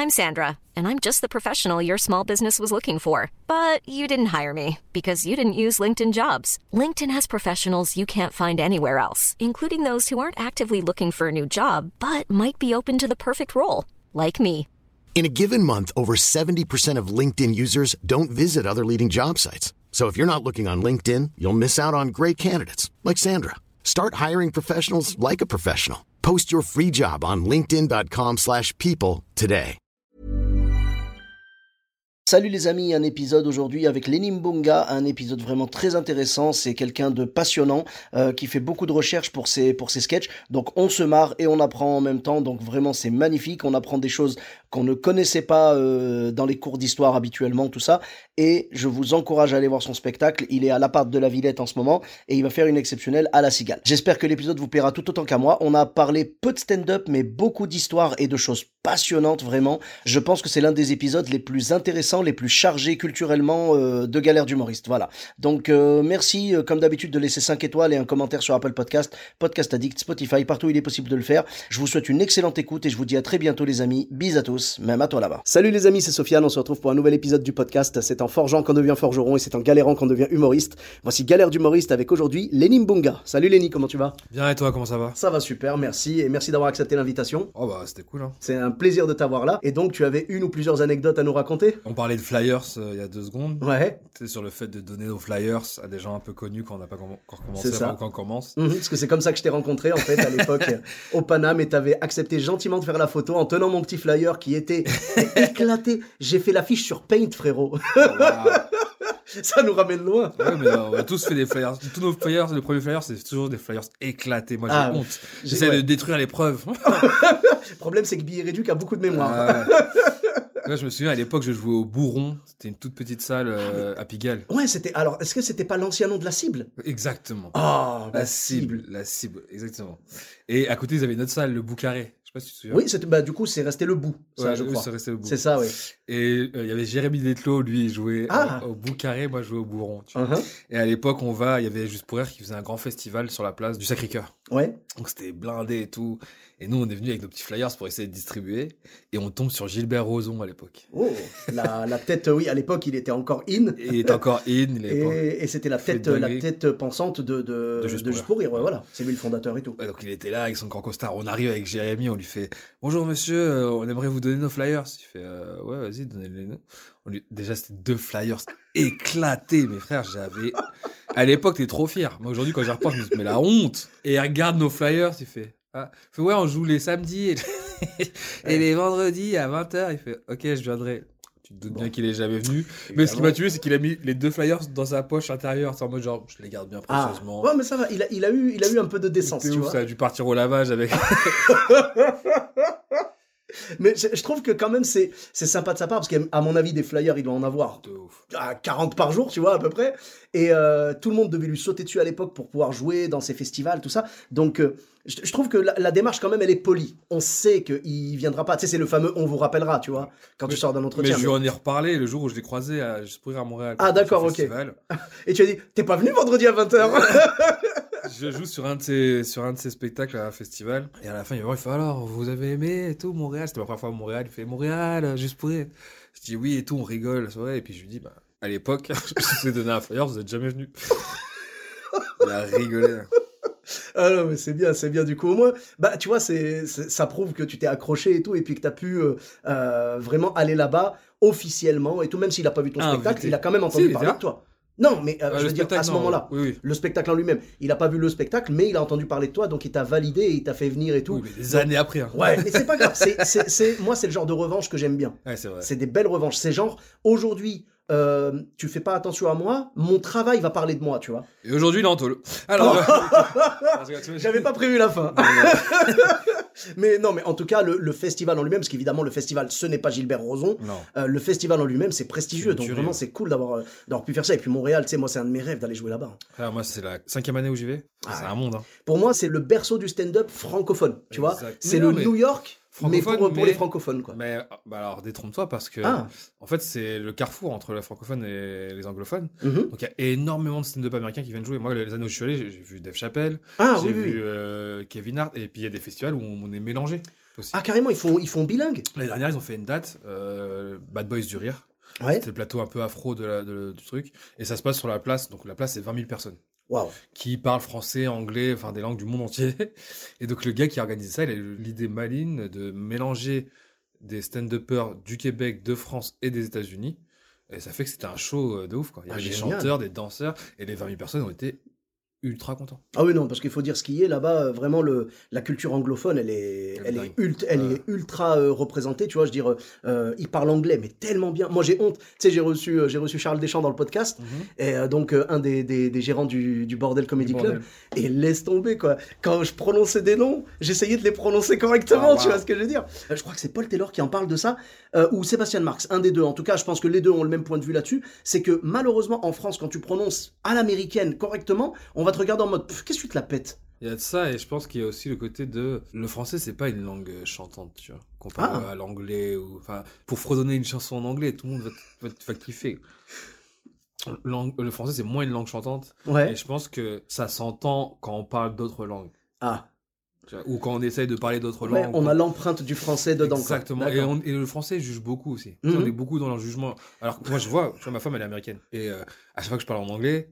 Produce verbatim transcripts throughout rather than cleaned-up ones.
I'm Sandra, and I'm just the professional your small business was looking for. But you didn't hire me because you didn't use LinkedIn Jobs. LinkedIn has professionals you can't find anywhere else, including those who aren't actively looking for a new job, but might be open to the perfect role, like me. In a given month, over seventy percent of LinkedIn users don't visit other leading job sites. So if you're not looking on LinkedIn, you'll miss out on great candidates like Sandra. Start hiring professionals like a professional. Post your free job on linkedin.com slash people today. Salut les amis, un épisode aujourd'hui avec Lenny Mbonga, un épisode vraiment très intéressant. C'est quelqu'un de passionnant euh, qui fait beaucoup de recherches pour ses, pour ses sketchs. Donc on se marre et on apprend en même temps. Donc vraiment c'est magnifique. On apprend des choses qu'on ne connaissait pas euh, dans les cours d'histoire habituellement, tout ça. Et je vous encourage à aller voir son spectacle. Il est à l'Appart de la Villette en ce moment et il va faire une exceptionnelle à la Cigale. J'espère que l'épisode vous plaira tout autant qu'à moi. On a parlé peu de stand-up mais beaucoup d'histoires et de choses passionnantes vraiment. Je pense que c'est l'un des épisodes les plus intéressants, les plus chargés culturellement euh, de Galère d'humoriste. Voilà. Donc euh, merci euh, comme d'habitude de laisser cinq étoiles et un commentaire sur Apple Podcast, Podcast Addict, Spotify, partout où il est possible de le faire. Je vous souhaite une excellente écoute et je vous dis à très bientôt les amis. Bis à tous, même à toi là-bas. Salut les amis, c'est Sofiane, on se retrouve pour un nouvel épisode du podcast. C'est en forgeant qu'on devient forgeron et c'est en galérant qu'on devient humoriste. Voici Galère d'humoriste avec aujourd'hui Lenny Mbonga. Salut Lenny, comment tu vas? Bien et toi, comment ça va? Ça va super, merci et merci d'avoir accepté l'invitation. Oh bah c'était cool hein. C'est un plaisir de t'avoir là. Et donc tu avais une ou plusieurs anecdotes à nous raconter? On parlait de flyers euh, il y a deux secondes. Ouais. C'est sur le fait de donner nos flyers à des gens un peu connus quand on n'a pas com- encore commencé, C'est ça. avant qu'on commence. Mmh, parce que c'est comme ça que je t'ai rencontré en fait à l'époque au Paname et t'avais accepté gentiment de faire la photo en tenant mon petit flyer qui était éclaté. J'ai fait l'affiche sur Paint frérot. Oh, wow. Ça nous ramène loin. Ouais mais euh, on a tous fait des flyers. Tous nos flyers, le premier flyer c'est toujours des flyers éclatés. Moi j'ai Ah, honte. j'ai- J'essaie ouais. de détruire les preuves. Le problème c'est que Billet Réduc a beaucoup de mémoire. Ah, ouais. Là, je me souviens à l'époque je jouais au Bourron. C'était une toute petite salle euh, à Pigalle. Ouais, c'était. Alors, est-ce que c'était pas l'ancien nom de la cible? Exactement. Oh, La cible, la cible, exactement. Et à côté ils avaient une autre salle, le Bout Carré. Je sais pas si tu te souviens. Oui, c'était, bah, du coup, c'est resté le bout, ça, Ouais, je oui, crois. c'est resté le Bout. C'est ça, oui. Et il euh, y avait Jérémy Detlo, lui, il jouait Ah. euh, au Bout Carré, moi je jouais au Bourron. Tu vois. Uh-huh. Et à l'époque, on va, il y avait Juste pour Rire qui faisait un grand festival sur la place du Sacré-Cœur. Ouais. Donc c'était blindé et tout. Et nous, on est venus avec nos petits flyers pour essayer de distribuer. Et on tombe sur Gilbert Rozon à l'époque. Oh, la, la tête, oui, à l'époque, il était encore in. Et il était encore in, il est pas- Et, et c'était la Fait tête, de la dinguerie. tête pensante de, de, De Juste de pour Juste pour Rire. Ouais, voilà. C'est lui le fondateur et tout. Ouais, donc il était là avec son grand costard. On arrive avec Jérémy, on lui fait « Bonjour monsieur, euh, on aimerait vous donner nos flyers. » Il fait euh, « Ouais, vas-y, donnez-les nous. » On lui... Déjà, c'était deux flyers éclatés, mes frères. J'avais... À l'époque, t'es trop fier. Moi, aujourd'hui, quand j'y repense, je me dis « Mais la honte !» Et il regarde nos flyers, il fait « Ah, il fait, ouais, on joue les samedis et, et les vendredis à vingt heures. » Il fait « Ok, je viendrai. » Tu te doutes bien qu'il est jamais venu. Mais ce qui m'a tué, c'est qu'il a mis les deux flyers dans sa poche intérieure. C'est en mode genre, je les garde bien Ah, précieusement. ouais, mais ça va. Il a, il a eu, il a eu un peu de décence, C'était tu ouf, vois. ça a dû partir au lavage avec. Mais je, je trouve que quand même c'est c'est sympa de sa part parce qu'à mon avis des flyers il doit en avoir De ouf. à quarante par jour, tu vois, à peu près. Et euh, tout le monde devait lui sauter dessus à l'époque pour pouvoir jouer dans ses festivals, tout ça. Donc euh, je, je trouve que la, la démarche quand même elle est polie. On sait qu'il viendra pas. Tu sais, c'est le fameux on vous rappellera, tu vois, quand Mais- tu sors d'un Mais entretien. je lui en ai reparlé le jour où je l'ai croisé à Juste pour Rire à Montréal. Ah, d'accord, au ok. festival. Et tu as dit t'es pas venu vendredi à vingt heures. Je joue sur un de ses, sur un de ses spectacles à un festival. Et à la fin, il va il fait alors, vous avez aimé et tout, Montréal? C'était ma première fois à Montréal. Il fait Montréal, euh, Juste pour Rire. Je dis oui et tout, on rigole, c'est vrai. Et puis je lui dis, bah, à l'époque, je vous ai donné un flyer, vous êtes jamais venu. Il a rigolé. Ah non, mais c'est bien, c'est bien du coup au moins. Bah tu vois, c'est, c'est- ça prouve que tu t'es accroché et tout et puis que t'as pu euh, euh, vraiment aller là-bas officiellement et tout, même s'il a pas vu ton Ah, spectacle, invité. il a quand même Si, entendu il était parler là. de toi. Non, mais euh, Ah, je le veux dire à spectacle, ce non. moment-là. Oui, oui. Le spectacle en lui-même. Il a pas vu le spectacle, mais il a entendu parler de toi, donc il t'a validé et il t'a fait venir et tout. Oui, mais des années après. Hein. Ouais, mais c'est pas grave. C'est, c'est, c'est- moi, c'est le genre de revanche que j'aime bien. Ouais, c'est vrai. C'est des belles revanches. C'est genre, aujourd'hui, euh, tu fais pas attention à moi, mon travail va parler de moi, tu vois. Et aujourd'hui, il est en tôle. Alors, euh, J'avais pas prévu la fin. Mais non, mais en tout cas, le, le festival en lui-même, parce qu'évidemment, le festival, ce n'est pas Gilbert Rozon. Non. Euh, le festival en lui-même, c'est prestigieux. C'est une Donc tuerie, vraiment, ouais. c'est cool d'avoir, euh, d'avoir pu faire ça. Et puis Montréal, tu sais, moi, c'est un de mes rêves d'aller jouer là-bas. Alors, moi, c'est la cinquième année où j'y vais. Ah c'est ouais. un monde. Hein. Pour moi, c'est le berceau du stand-up francophone. Tu vois, Exact. c'est Mais le non, mais New York, mais pour, francophone, pour mais- les francophones, quoi. Mais bah alors, détrompe-toi parce que, Ah. en fait, c'est le carrefour entre les francophones et les anglophones. Mhm. Donc, il y a énormément de stand-up américains qui viennent jouer. Moi, les années où je suis allé, j'ai j'ai vu Dave Chappelle, Ah j'ai oui, vu oui. euh, Kevin Hart, et puis il y a des festivals où on est mélangé. aussi. Ah, carrément, ils font, ils font bilingue. L'année dernière, ils ont fait une date, euh, Bad Boys du Rire. Ouais. C'était le plateau un peu afro de la, de- du truc. Et ça se passe sur la place. Donc la place, c'est vingt mille personnes Waouh. qui parlent français, anglais, enfin des langues du monde entier. Et donc le gars qui a organisé ça, il a eu l'idée maligne de mélanger des stand-uppers du Québec, de France et des États-Unis. Et ça fait que c'était un show euh, de ouf, quoi. Il y Ah, avait des génial. chanteurs, des danseurs, et les vingt mille personnes ont été ultra contents. Ah oui, non, parce qu'il faut dire ce qui est là-bas, euh, vraiment, le, la culture anglophone, elle est, Elle est elle est, dingue. ultra, elle Ouais. est ultra euh, représentée, tu vois, je veux dire, euh, ils parlent anglais, mais tellement bien. Moi, j'ai honte, tu sais, j'ai reçu, euh, j'ai reçu Charles Deschamps dans le podcast, et euh, donc euh, un des, des, des gérants du, du Bordel Comedy Du Club, Bordel. et laisse tomber, quoi. Quand je prononçais des noms, j'essayais de les prononcer correctement, Ah, tu wow. vois ce que je veux dire. Euh, je crois que c'est Paul Taylor qui en parle de ça, euh, ou Sébastien Marx, un des deux. En tout cas, je pense que les deux ont le même point de vue là-dessus, c'est que malheureusement, en France, quand tu prononces à l'américaine correctement, on va te regarder en mode, Pff, qu'est-ce que tu te la pètes? Il y a de ça, et je pense qu'il y a aussi le côté de... Le français, c'est pas une langue euh, chantante, tu vois, comparé Ah. à l'anglais. Ou... Enfin, pour fredonner une chanson en anglais, tout le monde va, va, va kiffer. Lang- Le français, c'est moins une langue chantante. Ouais. Et je pense que ça s'entend quand on parle d'autres langues. Ah. Tu vois, ou quand on essaye de parler d'autres Ouais, langues. on a quand- l'empreinte du français dedans. quoi. Exactement. Et, D'accord. on- et le français juge beaucoup aussi. Tu sais, Mhm. On est beaucoup dans leur jugement. Alors que moi, je vois, tu vois, ma femme, elle est américaine. Et euh, à chaque fois que je parle en anglais,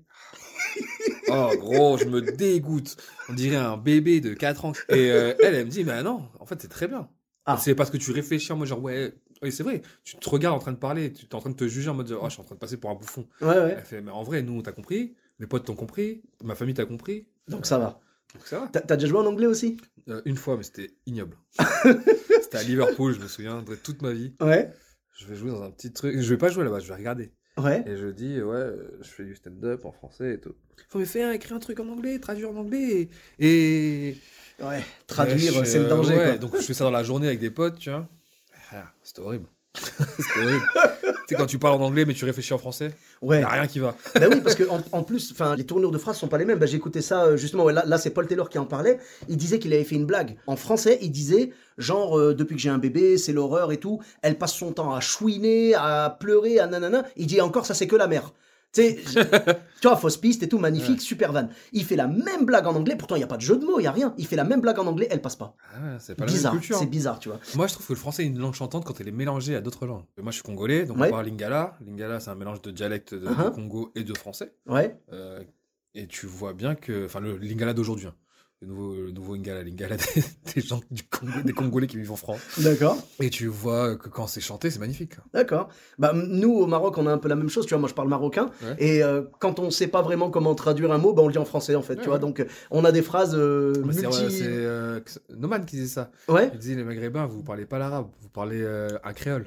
oh gros, je me dégoûte. On dirait un bébé de quatre ans. Et euh, elle, elle me dit, mais non, en fait, c'est très bien. Ah. C'est parce que tu réfléchis en mode genre, ouais, oui, c'est vrai. Tu te regardes en train de parler, tu es en train de te juger en mode, oh, je suis en train de passer pour un bouffon. Ouais, ouais. Elle fait, mais en vrai, nous, on t'a compris. Mes potes t'ont compris. Ma famille t'a compris. Donc ça va. Donc ça va. T'as t'as déjà joué en anglais aussi? Euh, une fois, mais c'était ignoble. C'était à Liverpool, je me souviens, de toute ma vie. Ouais. Je vais jouer dans un petit truc. Je vais pas jouer là-bas, je vais regarder. Ouais. Et je dis, ouais, je fais du stand-up en français et tout. Faut me faire écrire un truc en anglais, traduire en anglais. Et. Ouais. Traduire, Ouais, je- c'est le danger. ouais, quoi. donc je fais ça dans la journée avec des potes, tu vois. Ah, c'était horrible. C'était horrible. Tu sais, quand tu parles en anglais, mais tu réfléchis en français, Ouais. y a rien qui va. Bah oui, parce que en, en plus, enfin, les tournures de phrases sont pas les mêmes. Bah, j'écoutais ça euh, justement. Ouais, là, là, c'est Paul Taylor qui en parlait. Il disait qu'il avait fait une blague en français. Il disait genre euh, depuis que j'ai un bébé, c'est l'horreur et tout. Elle passe son temps à chouiner, à pleurer, à nanana. Il dit encore ça, c'est que la mère. Tu sais, je- tu vois, fausse piste et tout, magnifique, Ouais. super van. Il fait la même blague en anglais. Pourtant, il y a pas de jeu de mots, il y a rien. Il fait la même blague en anglais, elle passe pas. Ah, ouais, c'est pas la Bizarre, même culture. c'est bizarre, tu vois. Moi, je trouve que le français est une langue chantante quand elle est mélangée à d'autres langues. Moi, je suis congolais, donc Ouais. on parle lingala. Lingala, c'est un mélange de dialecte de, Uh-huh. de Congo et de français. Ouais. Euh, et tu vois bien que, enfin, le lingala d'aujourd'hui, hein. le nouveau, le nouveau lingala, lingala des, des gens du Congo, des Congolais qui vivent en France. D'accord. Et tu vois que quand c'est chanté, c'est magnifique. quoi. D'accord. Bah, m- nous, au Maroc, on a un peu la même chose. Tu vois, moi, je parle marocain. Ouais. Et euh, quand on sait pas vraiment comment traduire un mot, bah, on le dit en français, en fait. Ouais, tu vois, ouais. donc, euh, on a des phrases euh, Mais c'est multi... euh, c'est, euh, Noman qui disait ça. Ouais, Il disait les Maghrébins, vous parlez pas l'arabe, vous parlez euh, un créole.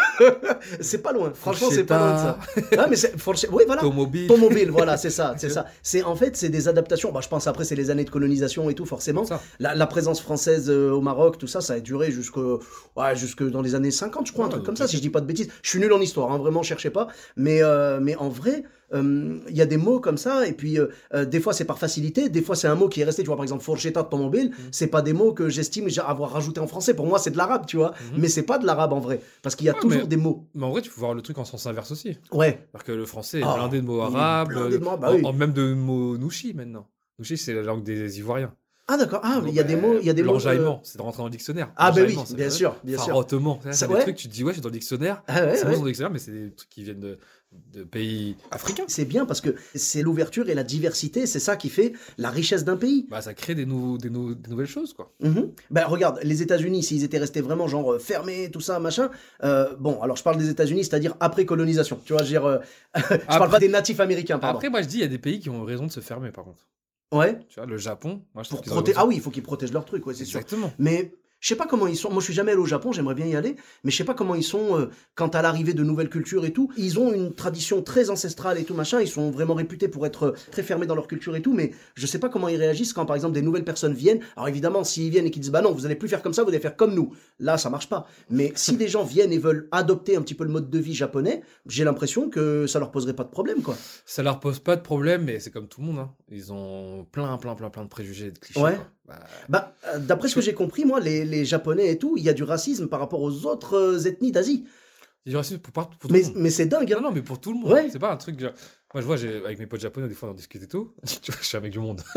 c'est pas loin. Franchement, c'est pas loin de ça. Ah, mais c'est... Fourche- Oui, voilà. Ton mobile. Ton mobile, voilà, c'est ça, c'est ça. C'est en fait, c'est des adaptations. Bah, je pense après, c'est les années de colonisation et tout, forcément. Ça. La, la présence française euh, au Maroc, tout ça, ça a duré jusque, ouais, jusque dans les années cinquante, je crois, un Ouais, truc comme donc, ça, si je dis pas de bêtises. Je suis nul en histoire, hein, vraiment, cherchez pas. Mais, euh, mais en vrai, euh, il y a des mots comme ça, et puis euh, euh, des fois c'est par facilité, des fois c'est un mot qui est resté. Tu vois, par exemple, fourchetta de ton mobile, c'est pas des mots que j'estime avoir rajouté en français. Pour moi, c'est de l'arabe, tu vois. Mhm. Mais c'est pas de l'arabe en vrai, parce qu'il y a Ouais, toujours mais- des mots. Mais en vrai, tu peux voir le truc en sens inverse aussi. Ouais. Parce que le français est Oh, blindé de mots il est arabes, blindé de mots, bah en- oui. en- même de mots nouchi maintenant. Nouchi, c'est la langue des Ivoiriens. Ah d'accord. Ah, mais il y a des Donc, mots, il y a des mots. euh, L'enjaillement, c'est de rentrer dans le dictionnaire. Ah, bah oui, L'enjaillement, ça bien veut sûr, dire bien sûr. Farautement. C'est Ça, des ouais. trucs, tu te dis, ouais, je suis dans le dictionnaire. Ah ouais, c'est ouais. bon, dans le dictionnaire, mais c'est des trucs qui viennent de, de pays africains. C'est bien parce que c'est l'ouverture et la diversité, c'est ça qui fait la richesse d'un pays. Bah, ça crée des, nouveaux, des, nou- des nouvelles choses, quoi. Mhm. Ben regarde, les États-Unis, s'ils étaient restés vraiment genre euh, fermés, tout ça, machin. euh, bon, alors je parle des États-Unis, c'est-à-dire après colonisation. Tu vois, je veux dire, euh, je parle Après- pas des natifs américains, pardon. Après, moi, je dis, il y a des pays qui ont raison de se fermer, par contre. Ouais. Tu vois, le Japon, moi, je Pour trouve qu'ils ont protéger. raison Ah de oui, il faut qu'ils protègent leur truc, ouais, c'est se- sûr. Exactement. Mais je sais pas comment ils sont. Moi, je suis jamais allé au Japon, j'aimerais bien y aller, mais je sais pas comment ils sont euh, quant à l'arrivée de nouvelles cultures et tout. Ils ont une tradition très ancestrale et tout machin. Ils sont vraiment réputés pour être euh, très fermés dans leur culture et tout, mais je sais pas comment ils réagissent quand, par exemple, des nouvelles personnes viennent. Alors évidemment, s'ils viennent et qu'ils disent bah non, vous allez plus faire comme ça, vous allez faire comme nous. Là, ça marche pas. Mais si des gens viennent et veulent adopter un petit peu le mode de vie japonais, j'ai l'impression que ça leur poserait pas de problème, quoi. Ça leur pose pas de problème, mais c'est comme tout le monde. Hein. Ils ont plein, plein, plein, plein de préjugés et de clichés. Ouais. quoi. Bah, Bah, euh, d'après ce que j'ai compris, moi, les, les Japonais et tout, il y a du racisme par rapport aux autres euh, ethnies d'Asie. C'est du racisme pour, pour, pour tout Mais, le monde. mais c'est dingue, hein. Non, non, mais pour tout le monde. Ouais. C'est pas un truc. Genre... Moi, je vois, j'ai... avec mes potes japonais, des fois, on en discute et tout. Tu vois, je suis un mec du monde.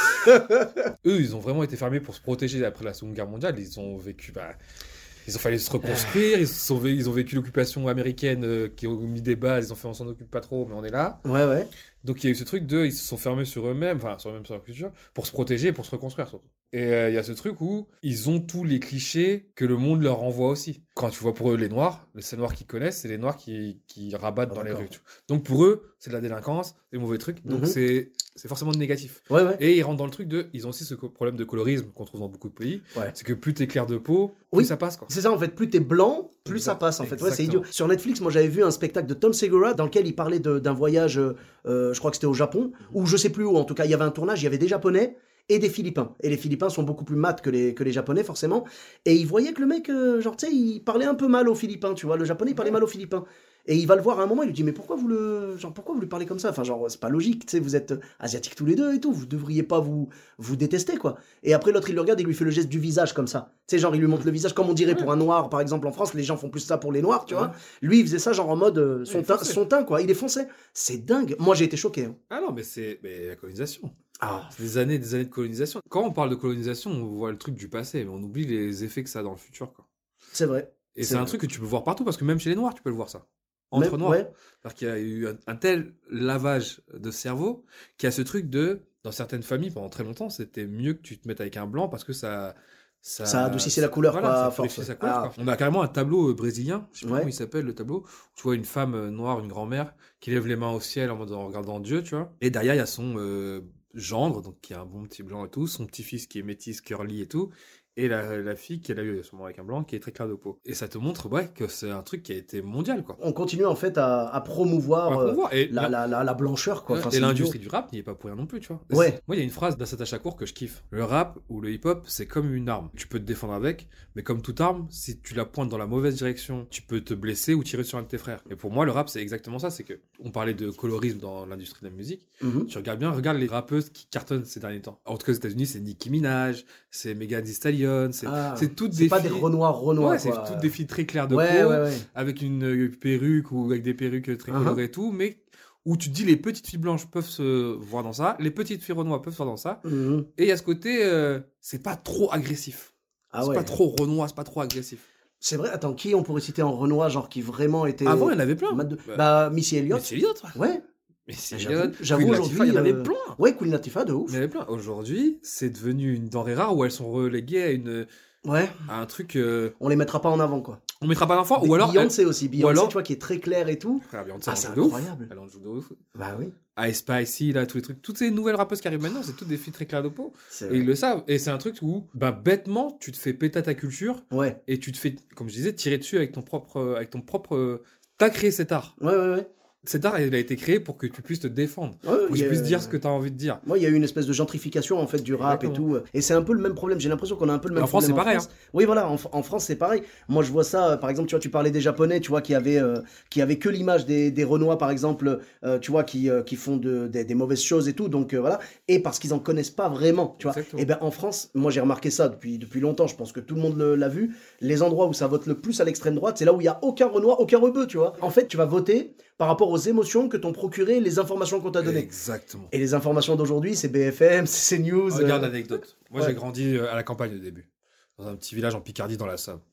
Eux, ils ont vraiment été fermés pour se protéger après la Seconde Guerre mondiale. Ils ont vécu. Bah... Ils ont fallu se reconstruire, ils, sont, ils ont vécu l'occupation américaine euh, qui ont mis des bases, ils ont fait on s'en occupe pas trop, mais on est là. Ouais, ouais. Donc il y a eu ce truc de, ils se sont fermés sur eux-mêmes, enfin sur eux-mêmes, sur leur culture, pour se protéger et pour se reconstruire surtout. Et euh, il y a ce truc où ils ont tous les clichés que le monde leur renvoie aussi. Quand tu vois pour eux les Noirs, les seuls Noirs qu'ils connaissent, c'est les Noirs qui, qui rabattent Ah, dans d'accord. les rues. Tu vois. Donc pour eux, c'est de la délinquance, des mauvais trucs, donc Mhm. c'est, c'est forcément négatif. Ouais, ouais. Et ils rentrent dans le truc de, ils ont aussi ce co- problème de colorisme qu'on trouve dans beaucoup de pays, Ouais. c'est que plus t'es clair de peau, plus Oui. ça passe quoi. C'est ça en fait, plus t'es blanc, plus Exact. ça passe en fait. Ouais, c'est Exactement. idiot. Sur Netflix, moi j'avais vu un spectacle de Tom Segura dans lequel il parlait de- d'un voyage, euh, euh, je crois que c'était au Japon, ou je sais plus où, en tout cas il y avait un tournage, il y avait des Japonais et des Philippins. Et les Philippins sont beaucoup plus mat que les, que les Japonais forcément. Et il voyait que le mec, euh, genre tu sais, il parlait un peu mal aux Philippins, tu vois. Le Japonais il parlait mal aux Philippins. Et il va le voir à un moment, il lui dit mais pourquoi vous le, genre pourquoi vous lui parlez comme ça? Enfin genre c'est pas logique, tu sais, vous êtes asiatiques tous les deux et tout, vous devriez pas vous vous détester quoi. Et après l'autre il le regarde et il lui fait le geste du visage comme ça. Tu sais genre il lui montre le visage comme on dirait pour un noir par exemple en France, les gens font plus ça pour les noirs, tu vois. Lui il faisait ça genre en mode euh, son Il est teint, foncé. son teint quoi, il est foncé. C'est dingue. Moi j'ai été choqué. Hein. Ah non, mais c'est mais la colonisation. Ah C'est des années, des années de colonisation. Quand on parle de colonisation, on voit le truc du passé, mais on oublie les effets que ça a dans le futur. Quoi. c'est vrai. Et C'est c'est un vrai. truc que tu peux voir partout, parce que même chez les Noirs, tu peux le voir ça. Entre Même- Noirs. ouais. C'est-à-dire qu'il y a eu un, un tel lavage de cerveau qu'il y a ce truc de, dans certaines familles, pendant très longtemps, c'était mieux que tu te mettes avec un blanc parce que ça... Ça, Ça adoucissait la couleur, voilà, quoi, ça à force. fléchissait sa couleur, Ah. quoi. On a carrément un tableau euh, brésilien, je sais pas Ouais. comment il s'appelle le tableau, où tu vois une femme euh, noire, une grand-mère, qui lève les mains au ciel en, mode, en regardant Dieu, tu vois. Et derrière, il y a son euh, gendre, donc qui est un bon petit blanc et tout, son petit-fils qui est métis, curly et tout, et la, la fille qu'elle a eu sûrement avec un blanc qui est très clair de peau. Et ça te montre ouais, que c'est un truc qui a été mondial, quoi. On continue en fait à, à promouvoir Ouais, euh, on voit. Et la, la, la, la blancheur quoi. Enfin, et c'est l'industrie idiot. du rap n'y est pas pour rien non plus, tu vois. Ouais. Moi, il y a une phrase d'Assata Shakur que je kiffe. Le rap ou le hip-hop, c'est comme une arme. Tu peux te défendre avec, mais comme toute arme, si tu la pointes dans la mauvaise direction, tu peux te blesser ou tirer sur un de tes frères. Et pour moi, le rap, c'est exactement ça. C'est que on parlait de colorisme dans l'industrie de la musique. Mhm. Tu regardes bien, regarde les rappeuses qui cartonnent ces derniers temps. En tout cas, aux États-Unis, c'est Nicki Minaj, c'est Megan Thee Stallion, c'est Ah, c'est toutes c'est des pas filles... des renoirs renoirs Ouais, c'est quoi. toutes des filles très claires de Ouais, peau, ouais, ouais. avec une euh, perruque ou avec des perruques très Uh-huh. colorées et tout, mais où tu te dis les petites filles blanches peuvent se voir dans ça, les petites filles renois peuvent se voir dans ça, Mhm. et il y a ce côté, euh, c'est pas trop agressif. Ah c'est ouais. pas trop renois, c'est pas trop agressif. C'est vrai. Attends, qui on pourrait citer en renoir genre qui vraiment était. Avant, il y en avait plein. Mat de- Bah, Bah Missy Elliott. Mais c'est Elliott, ouais. Ouais. Mais c'est J'avoue- Elliott. j'avoue, Queen aujourd'hui, Latifah, il y en avait euh, plein. Ouais, Queen Latifah de ouf. Il y en avait plein. Aujourd'hui, c'est devenu une denrée rare où elles sont reléguées à, une, Ouais. à un truc. Euh, On les mettra pas en avant quoi. on mettra pas d'enfant, ou alors. Beyoncé aussi. Beyoncé, alors- tu vois, qui est très claire et tout. Frère, Beyoncé, Ah, elle en c'est joue de ouf. incroyable. Elle en joue de ouf. Bah oui. Ice Spicy, là, tous les trucs. Toutes ces nouvelles rappeuses qui arrivent maintenant, c'est toutes des filles très claires de peau. C'est Et vrai. ils le savent. Et c'est un truc où, bah, bêtement, tu te fais péter ta culture Ouais. et tu te fais, comme je disais, tirer dessus avec ton propre. Avec ton propre... T'as créé cet art. Ouais, ouais, ouais. Cet art, il a été créé pour que tu puisses te défendre. Ouais, Pour que il y tu a- puisses dire ce que tu as envie de dire. Moi, il y a eu une espèce de gentrification en fait du rap et Exactement. tout. Et c'est un peu le même problème. J'ai l'impression qu'on a un peu le même En France, problème c'est pareil, France. Oui, voilà. En, en France, c'est pareil. Moi, je vois ça. euh, Par exemple, tu vois, tu parlais des Japonais, tu vois, qui avaient, euh, qui avaient que l'image des, des Renois, par exemple, euh, tu vois, qui, euh, qui font de, des, des mauvaises choses et tout. Donc euh, voilà. Et parce qu'ils en connaissent pas vraiment, tu vois. Exactement. Et ben en France, moi, j'ai remarqué ça depuis depuis longtemps. Je pense que tout le monde le- l'a vu. Les endroits où ça vote le plus à l'extrême droite, c'est là où il y a aucun Renoir, aucun rebeu, tu vois. En fait, tu vas voter par rapport aux émotions que t'ont procuré les informations qu'on t'a données. Exactement. Et les informations d'aujourd'hui, c'est B F M, c'est CNews. Regarde euh, l'anecdote. Moi, ouais. j'ai grandi euh, à la campagne au début, dans un petit village en Picardie, dans la Somme.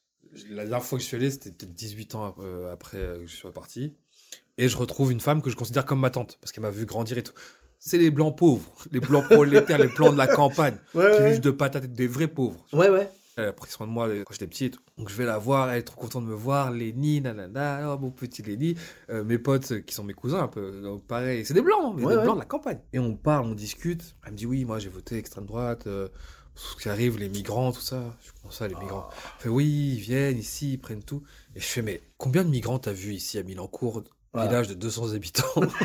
La dernière fois que je suis allé, c'était peut-être dix-huit ans euh, après euh, que je sois parti. Et je retrouve une femme que je considère comme ma tante, parce qu'elle m'a vu grandir et tout. C'est les blancs pauvres, les blancs prolétaires, les blancs de la campagne, Ouais, qui ouais. vivent de patates, des vrais pauvres. Ouais, ouais. Elle a pris soin de moi euh, quand j'étais petit et tout. Donc je vais la voir, elle est trop contente de me voir. Léni, nanana, oh mon petit Léni. Euh, mes potes euh, qui sont mes cousins un peu, donc pareil. C'est des blancs, mais Ouais, des ouais. blancs de la campagne. Et on parle, on discute. Elle me dit oui, moi j'ai voté extrême droite. Euh, ce qui arrive, les migrants, tout ça. Je comment ça, les migrants Elle fait oui, ils viennent ici, ils prennent tout. Et je fais mais combien de migrants t'as vu ici à Milancourt, Voilà. village de deux cents habitants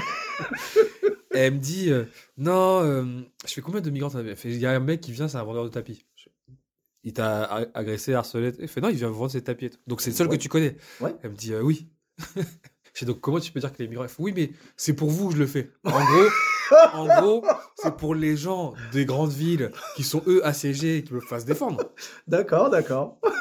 Et elle me dit euh, non, euh, je fais combien de migrants t'as vu Elle fait il y a un mec qui vient, c'est un vendeur de tapis. Je- Il t'a a- agressé, harcelé. Elle fait non, il vient vendre ses tapis et tout. Donc c'est le seul Ouais. que tu connais. Ouais. Elle me dit euh, oui. Je fais donc comment tu peux dire que les migrants Elle fait, oui, mais c'est pour vous que je le fais. En gros, en gros, c'est pour les gens des grandes villes qui sont eux assiégés et qui me fassent défendre. D'accord, d'accord.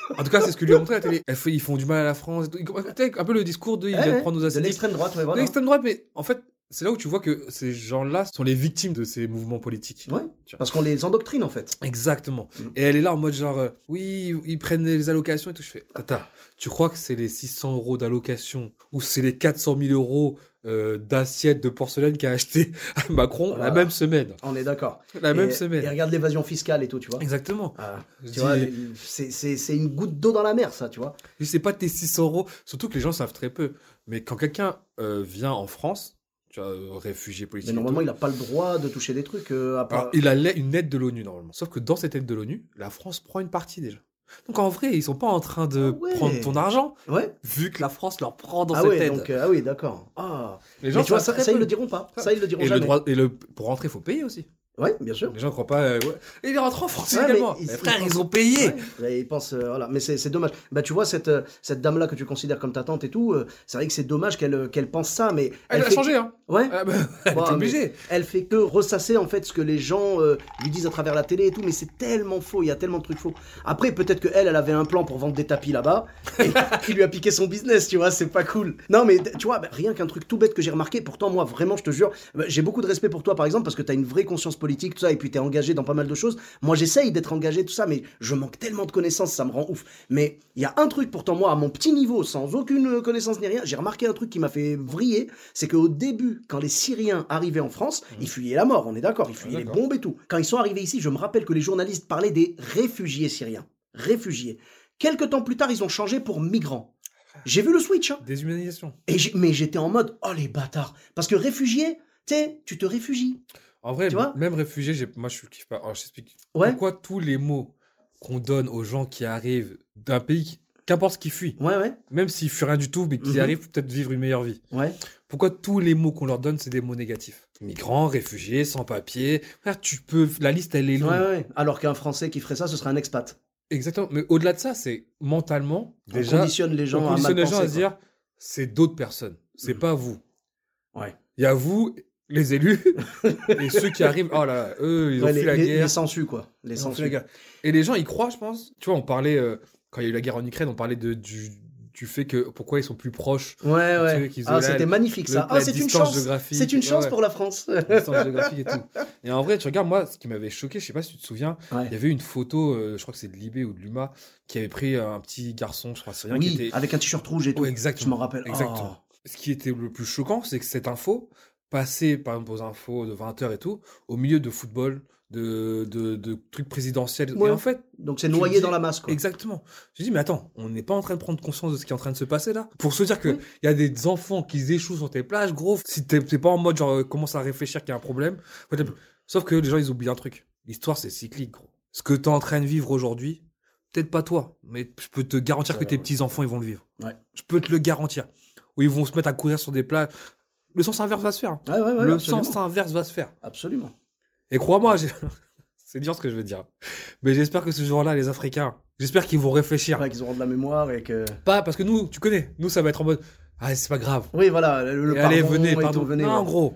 En tout cas, c'est ce que lui a montré à la télé. Elle fait, ils font du mal à la France. Et tout. Il- Un peu le discours de, ils Ouais, viennent ouais, prendre nos de assiettes. l'extrême droite, ouais, De voilà. l'extrême droite, mais en fait, c'est là où tu vois que ces gens-là sont les victimes de ces mouvements politiques. Ouais, parce qu'on les endoctrine en fait. Exactement. Mm. Et elle est là en mode genre, euh, oui, ils prennent les allocations et tout. Je fais, tata, tu crois que c'est les six cents euros d'allocation ou c'est les quatre cent mille euros euh, d'assiettes de porcelaine qu'a acheté Macron Voilà. la même semaine? On est d'accord. La et, même semaine. Et regarde l'évasion fiscale et tout, tu vois. Exactement. Ah, Je tu dis- vois, c'est, c'est, c'est une goutte d'eau dans la mer, ça, tu vois. Je sais pas tes six cents euros, surtout que les gens savent très peu. Mais quand quelqu'un euh, vient en France, tu vois, euh, réfugié politique. Mais et normalement, tout, il n'a pas le droit de toucher des trucs euh, à part... alors, il a l'a- une aide de l'ONU normalement. Sauf que dans cette aide de l'ONU, la France prend une partie déjà. Donc en vrai, ils sont pas en train de Ah ouais. prendre ton argent, Ouais. vu que la France leur prend dans Ah cette ouais, aide. donc, euh, ah oui, d'accord. Ah. Les Mais gens tu vois, savent ça, très ça, ils peu. le diront pas. Ça, ils le diront Et le jamais. droit, et le, pour rentrer, il faut payer aussi. Ouais, bien sûr. Les gens ne croient pas. euh, ouais. Et il est rentré en France Ouais, également. mais Mais ils- frère, ils ils, pensent- ont payé. Ouais, ils pensent, euh, voilà. Mais c'est, c'est dommage. Bah, tu vois, cette, euh, cette dame-là que tu considères comme ta tante et tout, euh, c'est vrai que c'est dommage qu'elle, euh, qu'elle pense ça, mais. Elle, a fait changé, hein. que- Ouais. Ah, bah, elle Bon, est obligée. mais Elle fait que ressasser en fait ce que les gens euh, lui disent à travers la télé et tout, mais c'est tellement faux, il y a tellement de trucs faux. Après, peut-être que elle, elle avait un plan pour vendre des tapis là-bas, et qui lui a piqué son business, tu vois, c'est pas cool. Non, mais tu vois, bah, rien qu'un truc tout bête que j'ai remarqué, pourtant, moi, vraiment, je te jure, bah, j'ai beaucoup de respect pour toi, par exemple, parce que t'as une vraie conscience politique, tout ça, et puis t'es engagé dans pas mal de choses. Moi, j'essaye d'être engagé, tout ça, mais je manque tellement de connaissances, ça me rend ouf. Mais il y a un truc, pourtant, moi, à mon petit niveau, sans aucune connaissance ni rien, j'ai remarqué un truc qui m'a fait vriller, c'est qu'au début, quand les Syriens arrivaient en France, ils fuyaient la mort, on est d'accord, ils fuyaient les d'accord. bombes et tout. Quand ils sont arrivés ici, je me rappelle que les journalistes parlaient des réfugiés syriens. Réfugiés. Quelques temps plus tard, ils ont changé pour migrants. J'ai vu le switch, hein. Déshumanisation. Et j'ai- mais j'étais en mode, oh les bâtards. Parce que réfugié, tu sais, tu te réfugies. En vrai, Tu vois même réfugié, j'ai- moi, je suis kiffe pas. Alors, je t'explique. Ouais. Pourquoi tous les mots qu'on donne aux gens qui arrivent d'un pays, qui- qu'importe ce qu'ils fuient, Ouais, ouais, même s'ils fuient rien du tout, mais qui Mhm. arrivent pour peut-être vivre une meilleure vie. ouais. Pourquoi tous les mots qu'on leur donne, c'est des mots négatifs? Migrants, réfugiés, sans-papiers. Frère, tu peux. La liste, elle est longue. Ouais, ouais. Alors qu'un Français qui ferait ça, ce serait un expat. Exactement. Mais au-delà de ça, c'est mentalement, On déjà. conditionne les gens on à conditionne mal les gens penser, à se dire, c'est d'autres personnes. C'est Mhm. pas vous. quoi. Ouais. Il y a vous, les élus, et ceux qui arrivent. Oh là, eux, ils ont Ouais, fui les, la les- guerre. les sensus, quoi. Les Ils ont fui sensus. la guerre. Et les gens, ils croient, je pense. Tu vois, on parlait, euh, quand il y a eu la guerre en Ukraine, on parlait de, du, du fait que pourquoi ils sont plus proches. Ouais, Tu ouais. sais, qu'ils Ah, ont c'était la- magnifique, ça. le- Ah, la c'est une distance chance. géographique. C'est une chance Ouais, pour la France. la distance géographique et tout. Et en vrai, tu regardes, moi, ce qui m'avait choqué, je sais pas si tu te souviens, Ouais. il y avait une photo, euh, je crois que c'est de Libé ou de Luma, qui avait pris un petit garçon, je crois, syrien, Oui, qui était. avec un t-shirt rouge et tout. Ouais, exactement. Je m'en rappelle. Exactement. Ce qui était le plus choquant, c'est que cette info passait, par exemple, aux infos de vingt heures et tout, au milieu de football, de, de, de trucs présidentiels. Ouais. Et en fait, Oh. Donc c'est tu noyé dis- dans la masse, quoi. exactement. Je dis, mais attends, on n'est pas en train de prendre conscience de ce qui est en train de se passer là? Pour se dire qu'il Oui. y a des enfants qui échouent sur tes plages, gros, si t'es t'es pas en mode genre, euh, commence à réfléchir qu'il y a un problème. Faut être- Sauf que les gens, ils oublient un truc. L'histoire, c'est cyclique, gros. Ce que t'es en train de vivre aujourd'hui, peut-être pas toi, mais je peux te garantir Ça que va, tes ouais. petits-enfants, ils vont le vivre. Ouais. Je peux te le garantir. Où ils vont se mettre à courir sur des plages. Le sens inverse va se faire. hein. Ouais, ouais, ouais, le absolument. sens inverse va se faire. Absolument. Et crois-moi, j'ai- c'est dur ce que je veux dire. Mais j'espère que ce jour-là, les Africains, j'espère qu'ils vont réfléchir. Ouais, qu'ils auront de la mémoire et que... Pas parce que nous, tu connais, nous ça va être en mode ah c'est pas grave. Oui, voilà, le, le Et allez, pardon venez, et pardon. tout, venez, non, ouais. gros.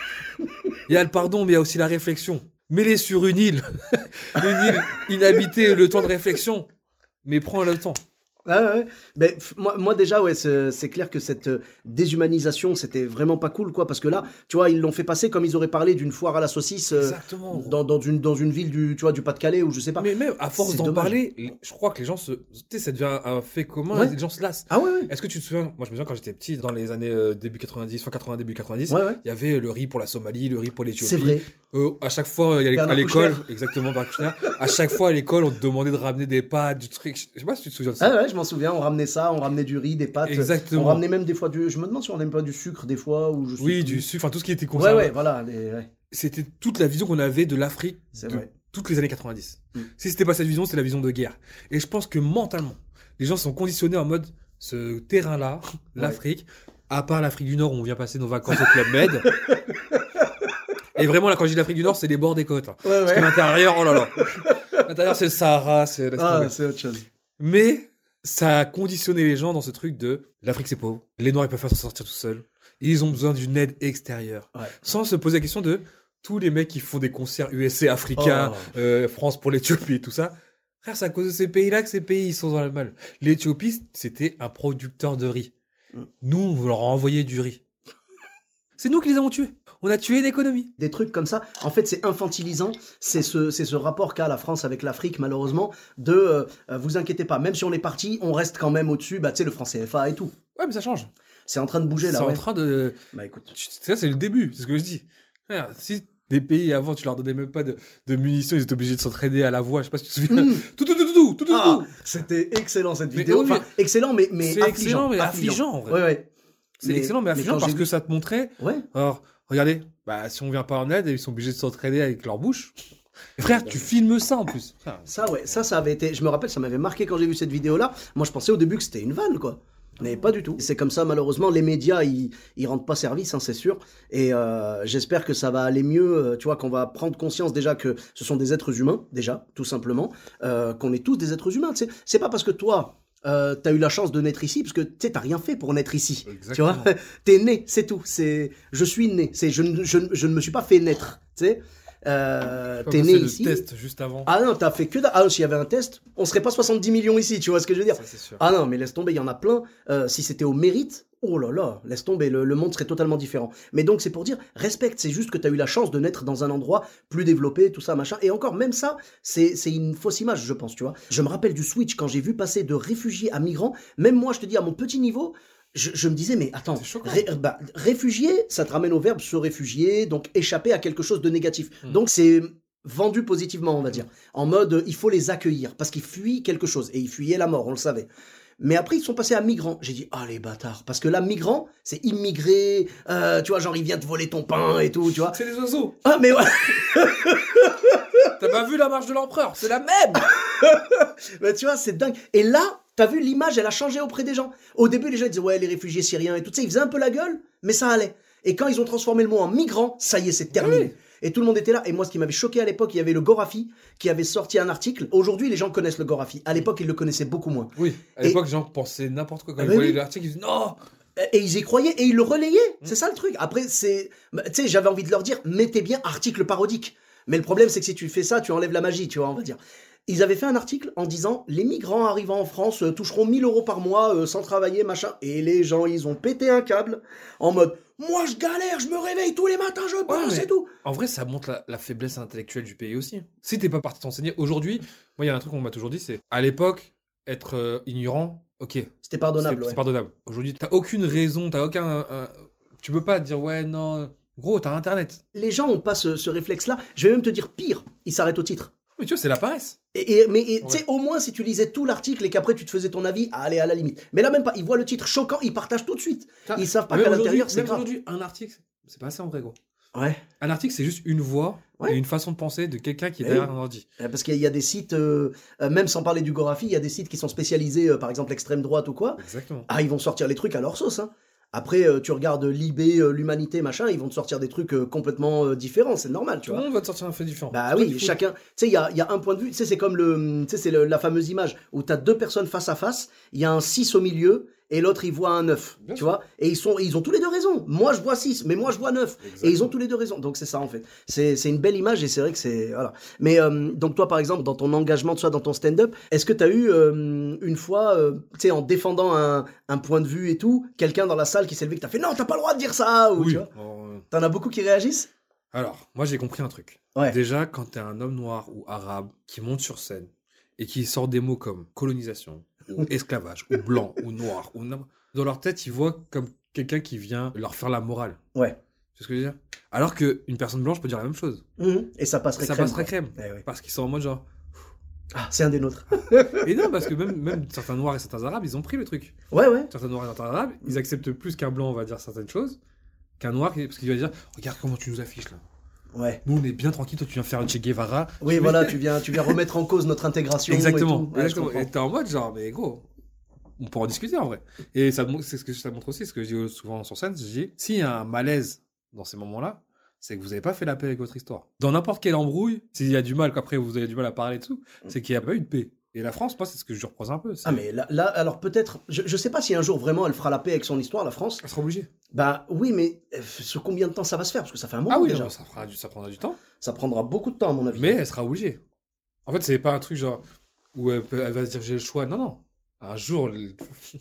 Il y a le pardon, mais il y a aussi la réflexion. Mets-les sur une île, une île inhabitée, le temps de réflexion. Mais prends le temps. Ouais, ouais. Ben, f- moi, moi déjà, ouais, c'est c'est clair que cette euh, déshumanisation, c'était vraiment pas cool, quoi, parce que là, tu vois, ils l'ont fait passer comme ils auraient parlé d'une foire à la saucisse euh, Exactement. gros. dans, dans, une, dans une ville du, tu vois, du Pas-de-Calais ou je sais pas. Mais même à force C'est d'en dommage. parler, je crois que les gens se, tu sais, ça devient un fait commun. Ouais. Les gens se lassent. Ah ouais, ouais. Est-ce que tu te souviens, moi je me souviens quand j'étais petit, dans les années euh, début quatre-vingt-dix, fin quatre-vingts, début quatre-vingt-dix, Ouais, ouais. il y avait le riz pour la Somalie, le riz pour l'Éthiopie. C'est vrai. Euh, à chaque fois, il y a Bernard à l'école, Kouchner. exactement, Bernard Kouchner, à chaque fois à l'école, on te demandait de ramener des pâtes, du truc. Je sais pas si tu te souviens de ça. Ah ouais, je m'en souviens, on ramenait ça, on ramenait du riz, des pâtes. Exactement. On ramenait même des fois du... Je me demande si on n'aime pas du sucre des fois ou je sais Oui, plus. du sucre, enfin tout ce qui était Ouais, conservé. ouais, voilà. les- ouais. C'était toute la vision qu'on avait de l'Afrique C'est de vrai. toutes les années quatre-vingt-dix. Mm. Si c'était pas cette vision, c'était la vision de guerre. Et je pense que mentalement, les gens sont conditionnés en mode ce terrain-là, l'Afrique, à part l'Afrique du Nord où on vient passer nos vacances au Club Med. Et vraiment, là, quand je dis l'Afrique du Nord, c'est les bords des côtes. hein. Ouais, Parce ouais. que l'intérieur, oh là là. L'intérieur, c'est le Sahara, c'est laisse Ah, tomber. c'est autre chose. Mais ça a conditionné les gens dans ce truc de l'Afrique c'est pauvre, les Noirs ils peuvent pas s'en sortir tout seuls, ils ont besoin d'une aide extérieure. Ouais. Sans se poser la question de tous les mecs qui font des concerts U S A africains, Oh. euh, France pour l'Éthiopie et tout ça, Frère, c'est à cause de ces pays-là que ces pays ils sont dans le mal. L'Éthiopie, c'était un producteur de riz. Mm. Nous, on leur a envoyé du riz. C'est nous qui les avons tués. On a tué l'économie. Des trucs comme ça, en fait, c'est infantilisant. C'est ce, c'est ce rapport qu'a la France avec l'Afrique, malheureusement, de euh, vous inquiétez pas, même si on est parti, on reste quand même au-dessus, bah, tu sais, le franc C F A et tout. Ouais, mais ça change. C'est en train de bouger, là. C'est ouais. en train de... Bah, écoute. Ça, c'est le début, c'est ce que je dis. Frère, si des pays, avant, tu leur donnais même pas de, de munitions, ils étaient obligés de s'entraider à la voix, je sais pas si tu te souviens. Mmh. Tout, tout, tout, tout, tout, tout, tout, ah, tout. C'était excellent, cette mais vidéo. Oui, enfin, excellent, mais, mais c'est affligeant. excellent, mais affligeant, affligeant en vrai. Ouais, ouais. C'est mais, excellent, mais affligeant, mais parce que vu... ça te montrait... Ouais. Alors, regardez, bah, si on vient pas en aide, ils sont obligés de s'entraider avec leur bouche. Frère, tu filmes ça en plus. Frère. Ça, ouais, ça, ça avait été. Je me rappelle, ça m'avait marqué quand j'ai vu cette vidéo-là. Moi, je pensais au début que c'était une vanne, quoi. Mais pas du tout. C'est comme ça, malheureusement, les médias, ils, ils rendent pas service, hein, c'est sûr. Et euh, j'espère que ça va aller mieux, tu vois, qu'on va prendre conscience déjà que ce sont des êtres humains, déjà, tout simplement, euh, qu'on est tous des êtres humains. Tu sais, c'est pas parce que toi. Euh, t'as eu la chance de naître ici, parce que tu sais, t'as rien fait pour naître ici. Exactement. Tu vois, t'es né, c'est tout. C'est, je suis né. C'est, je, je, je ne me suis pas fait naître. Tu sais, euh, t'es né ici. Le test juste avant. Ah non, t'as fait que. Da... Ah, s'il y avait un test, on serait pas soixante-dix millions ici. Tu vois ce que je veux dire? Ça, c'est sûr. Ah non, mais laisse tomber, il y en a plein. Euh, si c'était au mérite. Oh là là, laisse tomber, le, le monde serait totalement différent. Mais donc c'est pour dire, respecte, c'est juste que tu as eu la chance de naître dans un endroit plus développé, tout ça, machin. Et encore, même ça, c'est, c'est une fausse image, je pense, tu vois. Je me rappelle du switch, quand j'ai vu passer de réfugiés à migrants, même moi, je te dis, à mon petit niveau, je, je me disais, mais attends, ré, bah, réfugié, ça te ramène au verbe se réfugier, donc échapper à quelque chose de négatif. Mmh. Donc c'est... vendu positivement, on va dire. En mode, il faut les accueillir, parce qu'ils fuient quelque chose. Et ils fuyaient la mort, on le savait. Mais après, ils sont passés à migrants. J'ai dit, ah, les bâtards. Parce que là, migrant, c'est immigré. Euh, tu vois, genre, il vient te voler ton pain et tout, tu vois. C'est des oiseaux. Ah, mais ouais. T'as pas vu la marche de l'empereur? C'est la même. Mais tu vois, c'est dingue. Et là, t'as vu, l'image, elle a changé auprès des gens. Au début, les gens ils disaient, ouais, les réfugiés syriens et tout. Tu sais, ils faisaient un peu la gueule, mais ça allait. Et quand ils ont transformé le mot en migrant, ça y est, c'est terminé. Oui. Et tout le monde était là. Et moi, ce qui m'avait choqué à l'époque, il y avait le Gorafi qui avait sorti un article. Aujourd'hui, les gens connaissent le Gorafi. À l'époque, ils le connaissaient beaucoup moins. Oui, à l'époque, les gens pensaient n'importe quoi. Quand ah, ils oui, voyaient oui. l'article, ils disaient non. Et ils y croyaient et ils le relayaient. Mmh. C'est ça le truc. Après, c'est. Tu sais, j'avais envie de leur dire, mettez bien article parodique. Mais le problème, c'est que si tu fais ça, tu enlèves la magie, tu vois, on va dire. Ils avaient fait un article en disant les migrants arrivant en France euh, toucheront mille euros par mois euh, sans travailler, machin. Et les gens, ils ont pété un câble en mode moi je galère, je me réveille tous les matins, je bosse ouais, et tout. En vrai, ça montre la, la faiblesse intellectuelle du pays aussi. Si t'es pas parti t'enseigner, aujourd'hui, moi il y a un truc qu'on m'a toujours dit, c'est à l'époque, être euh, ignorant, ok. C'était pardonnable. C'est, ouais. c'est pardonnable. Aujourd'hui, t'as aucune raison, t'as aucun. Euh, tu peux pas te dire ouais, non. Gros, t'as internet. Les gens ont pas ce, ce réflexe-là. Je vais même te dire pire, ils s'arrêtent au titre. Mais tu vois, c'est la paresse. Et, et, mais tu sais, ouais. Au moins, si tu lisais tout l'article et qu'après tu te faisais ton avis, allez, à la limite. Mais là, même pas. Ils voient le titre choquant, ils partagent tout de suite. Ça, ils savent pas qu'à l'intérieur, c'est grave. Aujourd'hui, un article, c'est pas assez en vrai, gros. Ouais. Un article, c'est juste une voix ouais. et une façon de penser de quelqu'un qui est derrière oui. un ordi. Parce qu'il y a des sites, euh, même sans parler du Gorafi, il y a des sites qui sont spécialisés, euh, par exemple l'extrême droite ou quoi. Exactement. Ah, ils vont sortir les trucs à leur sauce, hein. Après, euh, tu regardes Libé, euh, l'Humanité, machin, ils vont te sortir des trucs euh, complètement euh, différents, c'est normal, tu Tout vois. Tout le monde va te sortir un fait différent. Bah oui, chacun... Tu sais, il y a, y a un point de vue, tu sais, c'est comme le... Tu sais, c'est le, la fameuse image où t'as deux personnes face à face, il y a un six au milieu, et l'autre, il voit un neuf, bien tu sûr. vois. Et ils, sont, ils ont tous les deux raison. Moi, je vois six, mais moi, je vois neuf. Exactement. Et ils ont tous les deux raison. Donc, c'est ça, en fait. C'est, c'est une belle image, et c'est vrai que c'est... Voilà. Mais, euh, donc, toi, par exemple, dans ton engagement, toi, dans ton stand-up, est-ce que t'as eu, euh, une fois, euh, tu sais, en défendant un, un point de vue et tout, quelqu'un dans la salle qui s'est levé, qui t'a fait « Non, t'as pas le droit de dire ça !» ou, oui. tu vois. Oh, euh... T'en as beaucoup qui réagissent? Alors, moi, j'ai compris un truc. Ouais. Déjà, quand t'es un homme noir ou arabe qui monte sur scène et qui sort des mots comme colonisation, ou esclavage, ou blanc, ou noir, ou n'importe... Dans leur tête, ils voient comme quelqu'un qui vient leur faire la morale. Ouais. C'est ce que je veux dire. Alors qu'une personne blanche peut dire la même chose. Mmh. Et ça passerait ça crème. Ça passerait crème. Eh ouais. Parce qu'ils sont en mode genre... Ah, c'est un des nôtres. Et non, parce que même, même certains noirs et certains arabes, ils ont pris le truc. Ouais, ouais. Certains noirs et certains arabes, ils acceptent plus qu'un blanc, on va dire certaines choses, qu'un noir, parce qu'il va dire, regarde comment tu nous affiches là. Ouais. Nous, on est bien tranquille, toi, tu viens faire un Che Guevara. Oui, voilà, tu viens, tu viens remettre en cause notre intégration. Exactement. Et, tout. Ouais, exactement. Et t'es en mode genre, mais gros... On peut en discuter en vrai. Et ça, c'est ce que ça montre aussi, ce que je dis souvent sur scène, je dis, s'il y a un malaise dans ces moments-là, c'est que vous n'avez pas fait la paix avec votre histoire. Dans n'importe quelle embrouille, s'il y a du mal, qu'après vous avez du mal à parler de tout, c'est qu'il n'y a pas eu de paix. Et la France, moi, c'est ce que je lui reprose un peu. C'est... Ah mais là, là, alors peut-être, je, je sais pas si un jour vraiment elle fera la paix avec son histoire, la France. Elle sera obligée. Bah oui, mais sur combien de temps ça va se faire? Parce que ça fait un moment ah oui, déjà. Non, ça, fera du, ça prendra du temps. Ça prendra beaucoup de temps à mon avis. Mais elle sera obligée. En fait, c'est pas un truc genre... Ou elle, peut- elle va se dire j'ai le choix. Non, non. Un jour, le-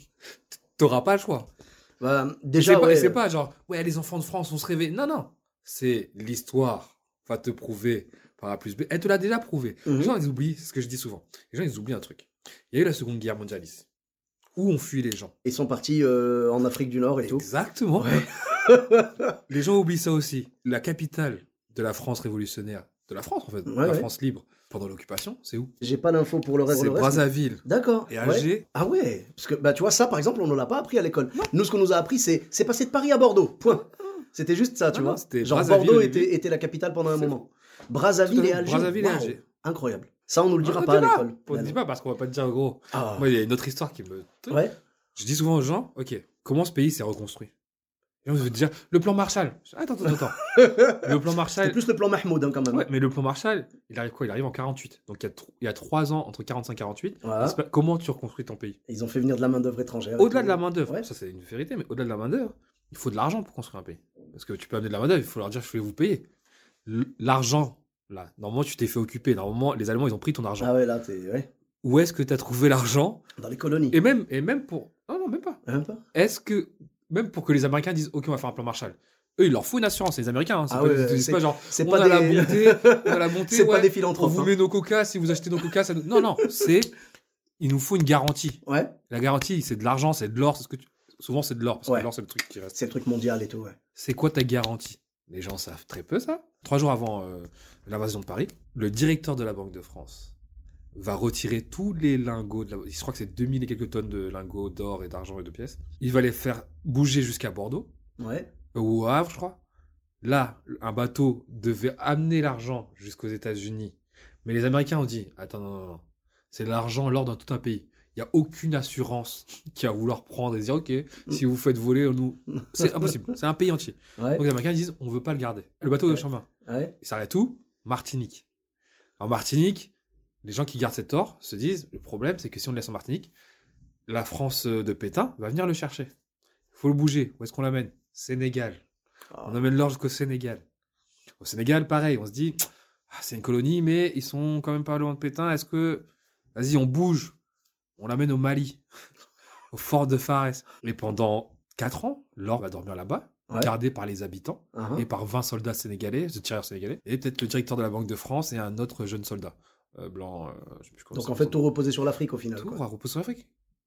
t'auras pas le choix. Bah, Déjà, déjà, c'est, ouais. pas, c'est pas genre, ouais, les enfants de France, on se réveille. Non, non. C'est l'histoire va te prouver par A plus B. Elle te l'a déjà prouvé. Mhm. Les gens, ils oublient, c'est ce que je dis souvent. Les gens, ils oublient un truc. Il y a eu la Seconde Guerre mondiale ici, où on fuit les gens. Ils sont partis euh, en Afrique du Nord et tout. Exactement. Ouais. Les gens oublient ça aussi. La capitale de la France révolutionnaire, de la France en fait, de Ouais, la ouais. France libre, pendant l'occupation, c'est où? J'ai pas d'infos pour le reste. C'est le reste, Brazzaville. mais- D'accord. Et ouais. Alger. Ah ouais. Parce que bah tu vois ça par exemple on ne l'a pas appris à l'école. Nous ce qu'on nous a appris c'est c'est passer de Paris à Bordeaux. Point. C'était juste ça, tu Non, vois. non, c'était Genre Brazzaville Bordeaux au début. était, était la capitale pendant un C'est moment. Brazzaville Tout à et fait. Alger. Brazzaville et Waouh. Alger. Incroyable. Ça on nous le dira On pas à dit pas. l'école. On ne Mais dit non. pas parce qu'on va pas te dire gros. Ah. Moi, il y a une autre histoire qui me. Ouais. Je dis souvent aux gens, ok, comment ce pays s'est reconstruit? Et on veut dire, le plan Marshall. Attends, attends, attends. Le plan C'était Marshall. plus le plan Mahmoud hein, quand même. Ouais, mais le plan Marshall, il arrive quoi? Il arrive en quarante-huit. Donc il y a, tr- il y a trois ans, entre quarante-cinq et quarante-huit. Voilà. C'est pas- Comment tu reconstruis ton pays? Ils ont fait venir de la main d'œuvre étrangère. et Au-delà tout. de la main-d'œuvre, Ouais. ça c'est une vérité, mais au-delà de la main-d'œuvre, il faut de l'argent pour construire un pays. Parce que tu peux amener de la main-d'œuvre, il faut leur dire, je vais vous payer. L- L'argent, là, normalement tu t'es fait occuper. Normalement, les Allemands, ils ont pris ton argent. Ah ouais là t'es ouais. Où est-ce que tu as trouvé l'argent? Dans les colonies. Et même, et même pour. Non, non, même pas. Même pas. Est-ce que. Même pour que les Américains disent, OK, on va faire un plan Marshall. Eux, il leur faut une assurance, c'est les Américains. Hein. C'est Ah pas, ouais, c'est c'est- pas genre, c'est on pas a la des- bonté, on a la bonté, C'est pas ouais, des on philanthropes. vous hein. met nos coca, si vous achetez nos coca, ça... nous- Non, non, c'est, il nous faut une garantie. Ouais. La garantie, c'est de l'argent, c'est de l'or, c'est ce que tu... Souvent, c'est de l'or, parce Ouais. que l'or, c'est le truc qui reste. C'est le truc mondial et tout ouais. C'est quoi ta garantie? Les gens savent très peu ça. Trois jours avant euh, l'invasion de Paris, le directeur de la Banque de France va retirer tous les lingots, de la... je crois que c'est deux mille et quelques tonnes de lingots d'or et d'argent et de pièces. Il va les faire bouger jusqu'à Bordeaux, Ouais. ou au Havre, je crois. Là, un bateau devait amener l'argent jusqu'aux États-Unis. Mais les Américains ont dit, attends, non, non, non. C'est l'argent, l'or dans tout un pays. Il n'y a aucune assurance qui va vouloir prendre et dire, OK, si vous faites voler, nous... C'est impossible. C'est un pays entier. Ouais. Donc les Américains disent, on ne veut pas le garder. Le bateau de chemin. Ouais. Il s'arrête où? Martinique. En Martinique, les gens qui gardent cet or se disent, le problème, c'est que si on le laisse en Martinique, la France de Pétain va venir le chercher. Il faut le bouger. Où est-ce qu'on l'amène? Sénégal. Ah. On amène l'or jusqu'au Sénégal. Au Sénégal, pareil, on se dit, ah, c'est une colonie, mais ils sont quand même pas loin de Pétain. Est-ce que, vas-y, on bouge. On l'amène au Mali, au fort de Fares. Et pendant quatre ans, l'or va dormir là-bas, Ouais. gardé par les habitants Uh-huh. et par vingt soldats sénégalais, de tireurs sénégalais, et peut-être le directeur de la Banque de France et un autre jeune soldat euh, blanc. euh, je sais plus comment Donc ça en fait s'appelle. tout reposait sur l'Afrique au final. tout quoi. a reposé sur l'Afrique.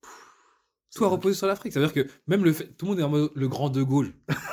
Tout a reposé sur l'Afrique. Ça veut dire que même le fait, tout le monde est en mode le grand De Gaulle.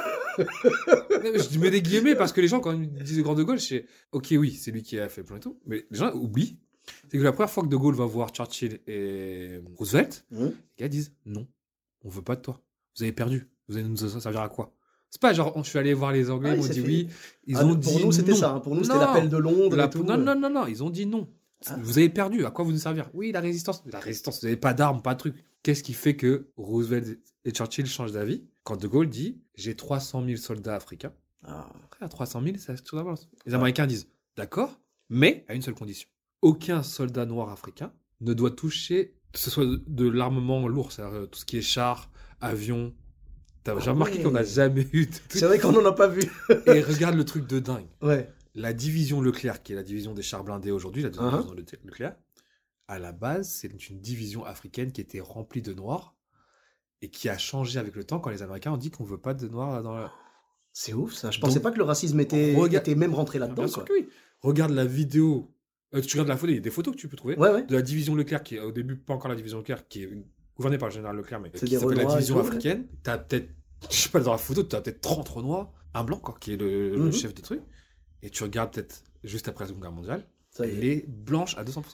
Je mets des guillemets parce que les gens, quand ils disent le grand De Gaulle, je sais, ok, oui, c'est lui qui a fait le plan et tout. Mais les gens oublient, c'est que la première fois que De Gaulle va voir Churchill et Roosevelt, Mmh. les gars disent non, on veut pas de toi. Vous avez perdu. Vous allez nous servir à quoi? C'est pas genre, je suis allé voir les Anglais, Ah, ils il m'ont s'est dit fait- oui. Ils Ah, ont pour dit nous c'était non. ça. hein. Pour nous c'était Non. l'appel de Londres La- et tout. non, euh. non, non, non, ils ont dit non. Ah. Vous avez perdu, à quoi vous nous servir? Oui, la résistance. La résistance, vous n'avez pas d'armes, pas de trucs. Qu'est-ce qui fait que Roosevelt et Churchill changent d'avis quand De Gaulle dit j'ai trois cent mille soldats africains? Ah. Après, à trois cent mille, ça tout d'avance. Les Américains disent d'accord, mais à une seule condition. Aucun soldat noir africain ne doit toucher, que ce soit de, de l'armement lourd, c'est-à-dire tout ce qui est chars, avions. T'as Ah j'ai remarqué ouais. qu'on n'a jamais eu de... C'est vrai qu'on en a pas vu. Et regarde le truc de dingue. Ouais. La division Leclerc, qui est la division des chars blindés aujourd'hui, la deuxième Uh-huh. division de Leclerc, à la base, c'est une division africaine qui était remplie de noirs et qui a changé avec le temps quand les Américains ont dit qu'on veut pas de noirs dans la... C'est ouf ça. Je Donc, pensais pas que le racisme était, regarde- était même rentré là-dedans. Bien sûr quoi. que oui. Regarde la vidéo. Euh, tu regardes la photo, il y a des photos que tu peux trouver Ouais ouais. de la division Leclerc, qui est au début pas encore la division Leclerc, qui est gouvernée par le général Leclerc, mais C'est qui des s'appelle la Renois et division tout, ouais. africaine. T'as peut-être, je sais pas, dans la photo, t'as peut-être trente Renois, un blanc, quoi, qui est le, le Mhm. chef des trucs. Et tu regardes peut-être juste après la Seconde Guerre mondiale, Ça y est. elle est blanche à deux cents pour cent.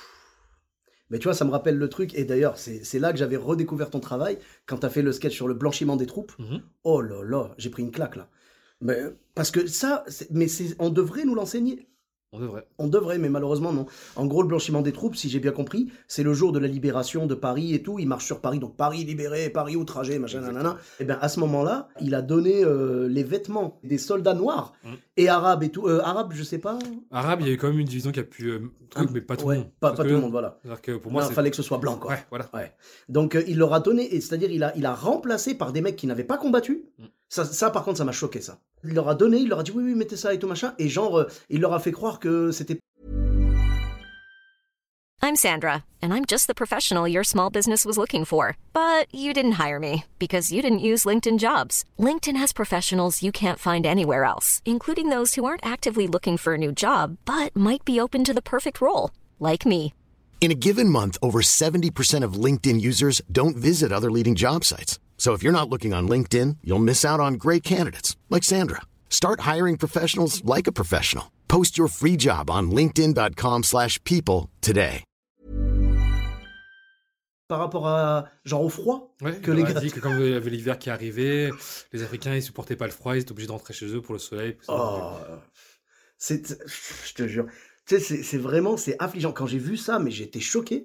Mais tu vois, ça me rappelle le truc. Et d'ailleurs, c'est c'est là que j'avais redécouvert ton travail quand t'as fait le sketch sur le blanchiment des troupes. Mhm. Oh là là, j'ai pris une claque là. Mais parce que ça, c'est- mais c'est, on devrait nous l'enseigner. On devrait. On devrait, mais malheureusement non. En gros, le blanchiment des troupes, si j'ai bien compris, c'est le jour de la libération de Paris et tout. Il marche sur Paris, donc Paris libéré, Paris outragé, machin, nanana. Et bien à ce moment-là, il a donné euh, les vêtements des soldats noirs Mm. et arabes et tout. Euh, arabes, je sais pas. Arabe, il y a eu quand même une division qui a pu. euh, truc, Ah, mais pas tout ouais, le monde. Pas, Parce pas que- tout le monde, voilà. C'est-à-dire que pour Moi, moi, il c'est. fallait que ce soit blanc, quoi. Ouais, voilà. Ouais. Donc euh, il leur a donné, et c'est-à-dire il a, il a remplacé par des mecs qui n'avaient pas combattu. Mm. Ça, ça, par contre, ça m'a choqué, ça. Il leur a donné, il leur a dit oui, oui, mettez ça et tout machin. Et genre, euh, il leur a fait croire que c'était I'm Sandra, and I'm just the professional your small business was looking for. But you didn't hire me because you didn't use LinkedIn Jobs. LinkedIn has professionals you can't find anywhere else, including those who aren't actively looking for a new job, but might be open to the perfect role, like me. In a given month, over seventy percent of LinkedIn users don't visit other leading job sites. So if you're not looking on LinkedIn, you'll miss out on great candidates like Sandra. Start hiring professionals like a professional. Post your free job on linkedin.com slash people today. Par rapport à genre au froid Ouais, que il les leur a gars. dit que comme il y avait l'hiver qui arrivait, les Africains ils supportaient pas le froid, ils étaient obligés de rentrer chez eux pour le soleil. Oh, c'est, je te jure, tu sais, c'est, c'est vraiment, c'est affligeant. Quand j'ai vu ça, mais j'ai été choqué.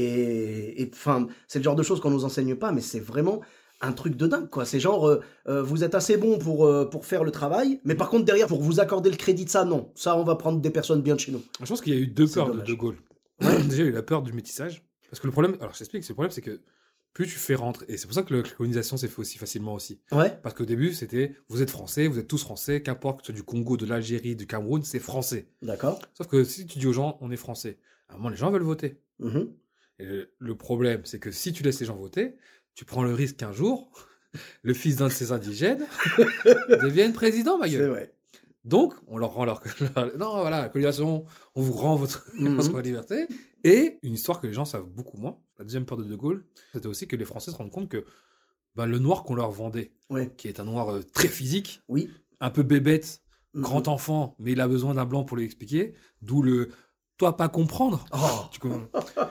Et enfin, c'est le genre de choses qu'on nous enseigne pas, mais c'est vraiment un truc de dingue, quoi. C'est genre, euh, euh, vous êtes assez bon pour euh, pour faire le travail, mais par contre derrière, pour vous accorder le crédit de ça, non. Ça, on va prendre des personnes bien de chez nous. Je pense qu'il y a eu deux C'est peurs dommage. de De Gaulle. Déjà, il y a eu la peur du métissage. Parce que le problème, alors je t'explique, c'est le problème, c'est que plus tu fais rentrer, et c'est pour ça que la colonisation s'est fait aussi facilement aussi. Ouais. Parce qu'au début, c'était, vous êtes français, vous êtes tous français, qu'importe que ce soit du Congo, de l'Algérie, du Cameroun, c'est français. D'accord. Sauf que si tu dis aux gens, on est français, à un moment, les gens veulent voter. Mhm. Et le, le problème, c'est que si tu laisses les gens voter, tu prends le risque qu'un jour, le fils d'un de ces indigènes devienne président, ma C'est gueule. vrai. Donc, on leur rend leur... non, voilà, la colonisation, on vous rend votre, Mhm. votre liberté. Et une histoire que les gens savent beaucoup moins, la deuxième peur de De Gaulle, c'était aussi que les Français se rendent compte que ben, le noir qu'on leur vendait, Ouais. qui est un noir euh, très physique, Oui. un peu bébête, Mhm. grand enfant, mais il a besoin d'un blanc pour lui expliquer, d'où le « toi pas comprendre Oh. ». Tu comprends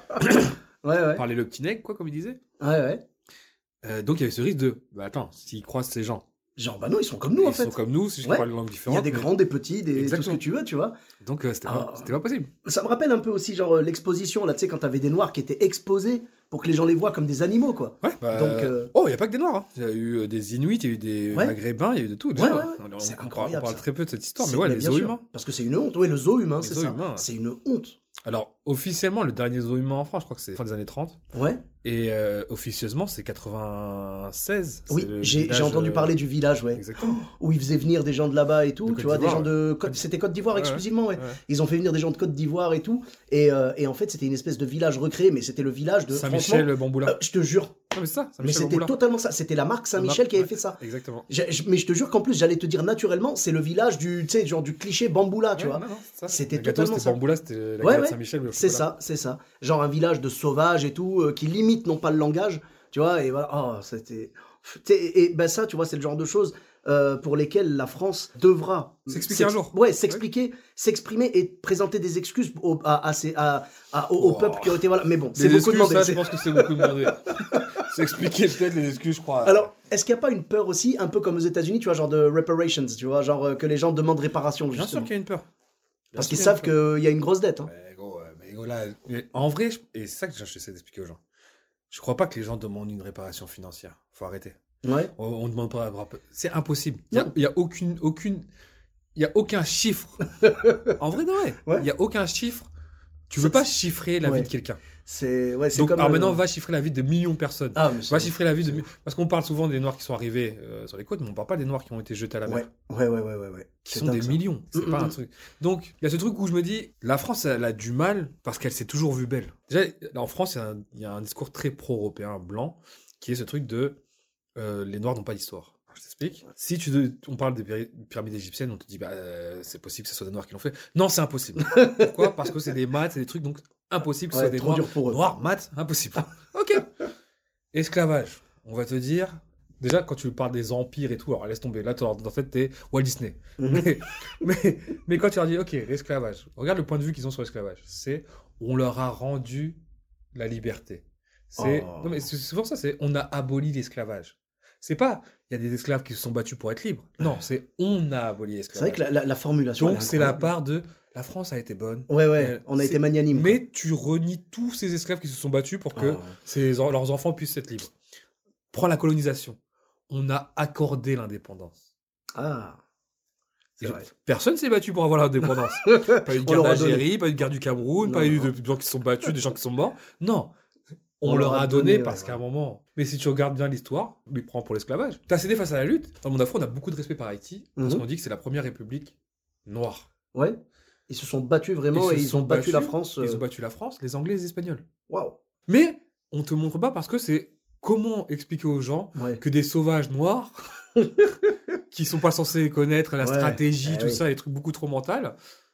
Ouais, ouais. Parler le petit nègre, quoi, comme il disait. Ouais, ouais. Euh, donc il y avait ce risque de bah, « attends, s'ils croisent ces gens, Genre, bah non, ils sont comme nous, ils en fait. sont comme nous, c'est juste Ouais. qu'ils parlent une langue Il y différente. a des mais- grands, des petits, des... tout ce Exactement. que tu veux, tu vois. Donc euh, c'était, Ah. pas, c'était pas possible. Ça me rappelle un peu aussi, genre, euh, l'exposition, là, tu sais, quand t'avais des noirs qui étaient exposés pour que les gens les voient comme des animaux, quoi. Ouais, bah, Donc, euh, oh, il n'y a pas que des Noirs. Hein. Il y a eu euh, des Inuits, il y a eu des Ouais. Maghrébins, il y a eu de tout. Ouais, déjà. ouais, ouais. On, on- C'est on parle, incroyable, on parle ça. très peu de cette histoire, C'est- mais ouais, mais les bien zoos sûr, humains. Parce que c'est une honte. Oui, le zoo humain, Les c'est zoos ça. humains. C'est une honte. Alors, officiellement, le dernier zoo humain en France, je crois que c'est fin des années trente. Ouais. Et euh, officieusement, c'est quatre-vingt-seize. Oui, C'est le j'ai village, j'ai entendu euh, parler du village, ouais. Exactement. Où ils faisaient venir des gens de là-bas et tout, De tu Côte vois, des d'Ivoire, gens de Côte... C'était Côte d'Ivoire Ouais, exclusivement, ouais. ouais. Ils ont fait venir des gens de Côte d'Ivoire et tout. Et, euh, et en fait, c'était une espèce de village recréé, mais c'était le village de... Saint-Michel franchement, Bamboula. euh, je te jure. Non, mais c'est ça, Mais Saint-Michel c'était Bamboula. totalement ça. C'était la marque Saint-Michel marque, qui avait ouais. fait ça. Exactement. J'ai- je- mais je te jure qu'en plus, j'allais te dire naturellement, c'est le village du, tu sais, genre du cliché Bamboula, tu Ouais, vois. non, non, c'est ça. C'était Le gâteau, totalement c'était ça. Bamboula, c'était la Ouais, galette ouais. Saint-Michel. mais au C'est chocolat. ça, c'est ça. Genre un village de sauvages et tout, euh, qui limite non pas le langage, tu vois, et voilà, oh, c'était... T'sais, Et, et ben ça, tu vois, c'est le genre de choses euh, pour lesquelles la France devra... S'expliquer un jour. Ouais, s'expliquer, s'exprimer et présenter des excuses au, à, à, ces- à, à- au, au Oh. peuple qui ont été... Voilà. Mais bon, c'est Les beaucoup excuses, demandé. ça, c'est- je pense que c'est beaucoup demandé. C'est expliquer peut-être les excuses, je crois. Alors, est-ce qu'il n'y a pas une peur aussi, un peu comme aux États-Unis, tu vois, genre de reparations, tu vois, genre euh, que les gens demandent réparation, Bien sûr justement. qu'il y a une peur. Bien Parce sûr qu'ils qu'il y a savent une peur. qu'il y a une grosse dette. Hein. Mais gros, ouais, mais gros, là, mais en vrai, je- et c'est ça que j'essaie d'expliquer aux gens. Je crois pas que les gens demandent une réparation financière. Faut arrêter. Ouais. On, on demande pas. C'est impossible. Il y a, Non. il y a aucune, aucune, il y a aucun chiffre. En vrai, non, ouais. Ouais. Il y a aucun chiffre. Tu C'est- veux pas chiffrer la Ouais. vie de quelqu'un. C'est ouais, c'est Donc, comme... alors euh, maintenant, va chiffrer la vie de millions de personnes. Ah, mais c'est- Va chiffrer la vie de mi- parce qu'on parle souvent des noirs qui sont arrivés euh, sur les côtes, mais on parle pas des noirs qui ont été jetés à la mer. Ouais, ouais, ouais, ouais, ouais. ouais. Qui C'est sont dingue, des ça. millions. C'est Mm, pas mm, un mm. truc. Donc, il y a ce truc où je me dis, la France, elle a du mal parce qu'elle s'est toujours vue belle. Déjà, en France, il y a un, il y a un discours très pro-européen, blanc, qui est ce truc de euh, les Noirs n'ont pas d'histoire. Alors, je t'explique. Si tu de- on parle des pyra- pyramides égyptiennes, on te dit, bah, euh, c'est possible que ce soit des Noirs qui l'ont fait. Non, c'est impossible. Pourquoi? Parce que c'est des maths, c'est des trucs, donc impossible que ce Ouais, soit des trop Noirs. dur pour eux. Noirs, maths, impossible. Ok. Esclavage. On va te dire. Déjà, quand tu parles des empires et tout, alors laisse tomber. Là, dans ta tête, t'es Walt Disney. Mhm. mais, mais, mais quand tu leur dis, ok, l'esclavage, regarde le point de vue qu'ils ont sur l'esclavage. C'est, on leur a rendu la liberté. C'est, Oh. non, mais c'est souvent ça, c'est, on a aboli l'esclavage. C'est pas, il y a des esclaves qui se sont battus pour être libres. Non, c'est, on a aboli C'est vrai l'esclavage. que la, la, la formulation... elle Donc, est c'est la incroyable. part de, la France a été bonne. Ouais, ouais, Euh, on a c'est- été magnanime. quoi. Mais tu renies tous ces esclaves qui se sont battus pour que Oh. ces- leurs enfants puissent être libres. Prends la colonisation. On a accordé l'indépendance. Ah. C'est Et vrai. personne s'est battu pour avoir l'indépendance. Pas eu de On guerre leur a donné. d'Algérie, pas eu de guerre du Cameroun, Non, pas eu non. de gens qui se sont battus, des gens qui sont morts. Non. On, On leur a donné, donné, parce ouais, qu'à un ouais. moment. Mais si tu regardes bien l'histoire, lui prend pour l'esclavage. T'as cédé face à la lutte. Dans le monde afro, on a beaucoup de respect par Haïti parce Mhm. qu'on dit que c'est la première république noire. Ouais. Ils se sont battus vraiment Ils et se ils sont ont battu la battus, France. Ils euh, ont battu la France, les Anglais et les Espagnols. Waouh. Mais on te montre pas parce que c'est comment expliquer aux gens Ouais. que des sauvages noirs qui sont pas censés connaître la Ouais. stratégie, Eh tout oui. ça, les trucs beaucoup trop mentales,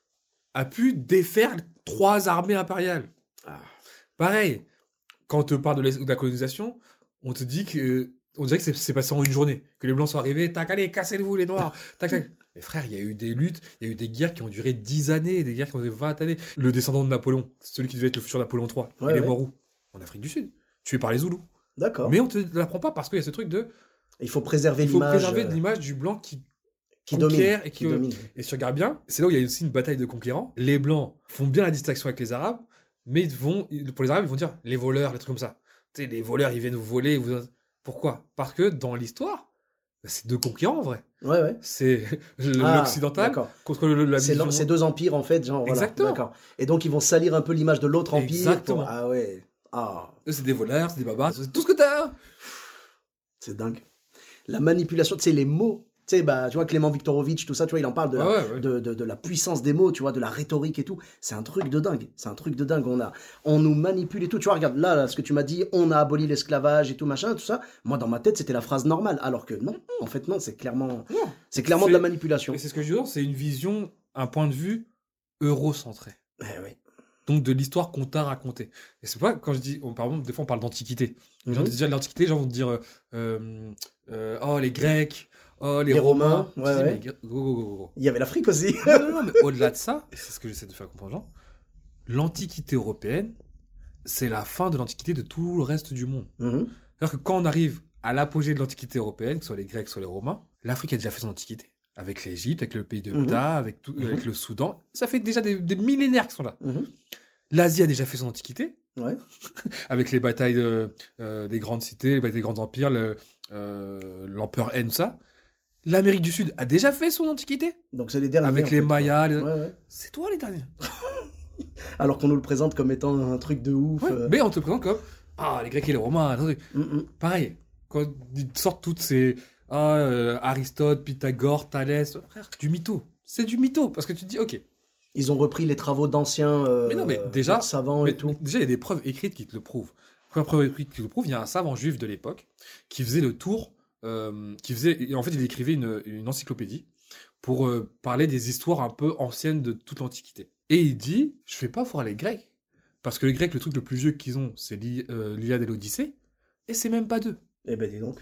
a pu défaire trois armées impériales. Ah. Pareil, quand on te parle de la, de la colonisation, on te dit que on dirait que c'est, c'est passé en une journée, que les blancs sont arrivés, tac, allez, cassez-vous les noirs, tac, tac. Mais frère, il y a eu des luttes, il y a eu des guerres qui ont duré dix années, des guerres qui ont duré vingt années. Le descendant de Napoléon, celui qui devait être le futur Napoléon trois, Ouais, il est ouais. mort où? En Afrique du Sud, tué par les Zoulous. D'accord. Mais on te l'apprend pas parce qu'il y a ce truc de, Il faut préserver il faut l'image. préserver euh, l'image du blanc qui qui conquiert domine. et Qui qui- domine. Et si tu regardes bien, c'est là où il y a aussi une bataille de conquérants. Les Blancs font bien la distinction avec les Arabes, mais ils vont, pour les Arabes, ils vont dire les voleurs, les trucs comme ça. Tu sais, les voleurs, ils viennent vous voler. Vous... Pourquoi? Parce que dans l'histoire, c'est deux conquérants en vrai. Ouais, ouais. C'est Ah, l'occidental d'accord. contre le, la C'est vision- l'en- ces deux empires, en fait, genre, voilà. Exactement. D'accord. Et donc, ils vont salir un peu l'image de l'autre empire. Exactement. pour- Ah ouais. Ah, Eux, c'est des voleurs, c'est des barbares, c'est tout ce que t'as. c'est dingue. La manipulation, tu sais, les mots. Tu sais, bah, tu vois, Clément Viktorovitch, tout ça, tu vois, il en parle de la, Ah ouais, ouais. De, de, de la puissance des mots, tu vois, de la rhétorique et tout. C'est un truc de dingue. C'est un truc de dingue. On, a, on nous manipule et tout. Tu vois, regarde, là, là, ce que tu m'as dit, on a aboli l'esclavage et tout, machin, tout ça. Moi, dans ma tête, c'était la phrase normale. Alors que non, en fait, non, c'est clairement, Non. c'est clairement C'est- de la manipulation. Et c'est ce que je veux dire, c'est une vision, un point de vue eurocentré. Eh oui. Donc de l'histoire qu'on t'a racontée. Et c'est pas quand je dis, on, par exemple, des fois on parle d'antiquité. Les gens Mhm. disent déjà de l'antiquité, les gens vont te dire, euh, euh, euh, oh les Grecs, oh les, Les Romains. Romains, ouais, Je dis, ouais. mais gr- go, go, go, go, go. Il y avait l'Afrique aussi. Non, non, non, mais au-delà de ça, et c'est ce que j'essaie de faire comprendre aux gens, l'antiquité européenne, c'est la fin de l'antiquité de tout le reste du monde. Mhm. C'est-à-dire que quand on arrive à l'apogée de l'antiquité européenne, que ce soit les Grecs, que ce soit les Romains, l'Afrique a déjà fait son antiquité. Avec l'Égypte, avec le pays de Mhm. Ptah, avec, tout, Mhm. avec le Soudan. Ça fait déjà des, des millénaires qu'ils sont là. Mhm. L'Asie a déjà fait son antiquité, Ouais. avec les batailles de, euh, des grandes cités, les batailles des grands empires, le, euh, l'empereur N, ça. L'Amérique du Sud a déjà fait son antiquité, Donc c'est les derniers. avec en les fait, quoi. Mayas. les- Ouais, ouais. C'est toi les derniers. Alors qu'on nous le présente comme étant un truc de ouf. Ouais, euh. mais on te présente comme ah les Grecs et les Romains. Attendez. Mhm. Pareil, quand ils sortent toutes ces ah, euh, Aristote, Pythagore, Thalès, frère, du mytho. C'est du mytho parce que tu te dis ok. Ils ont repris les travaux d'anciens euh, Mais non, mais déjà- savants Mais et tout. déjà, il y a des preuves écrites qui te le prouvent. Première preuve écrite qui te le prouve, il y a un savant juif de l'époque qui faisait le tour, euh, qui faisait, et en fait, il écrivait une, une encyclopédie pour euh, parler des histoires un peu anciennes de toute l'Antiquité. Et il dit, je fais pas voir les Grecs, parce que les Grecs, le truc le plus vieux qu'ils ont, c'est l'I- euh, l'Iliade et l'Odyssée, et c'est même pas deux. Eh ben dis donc.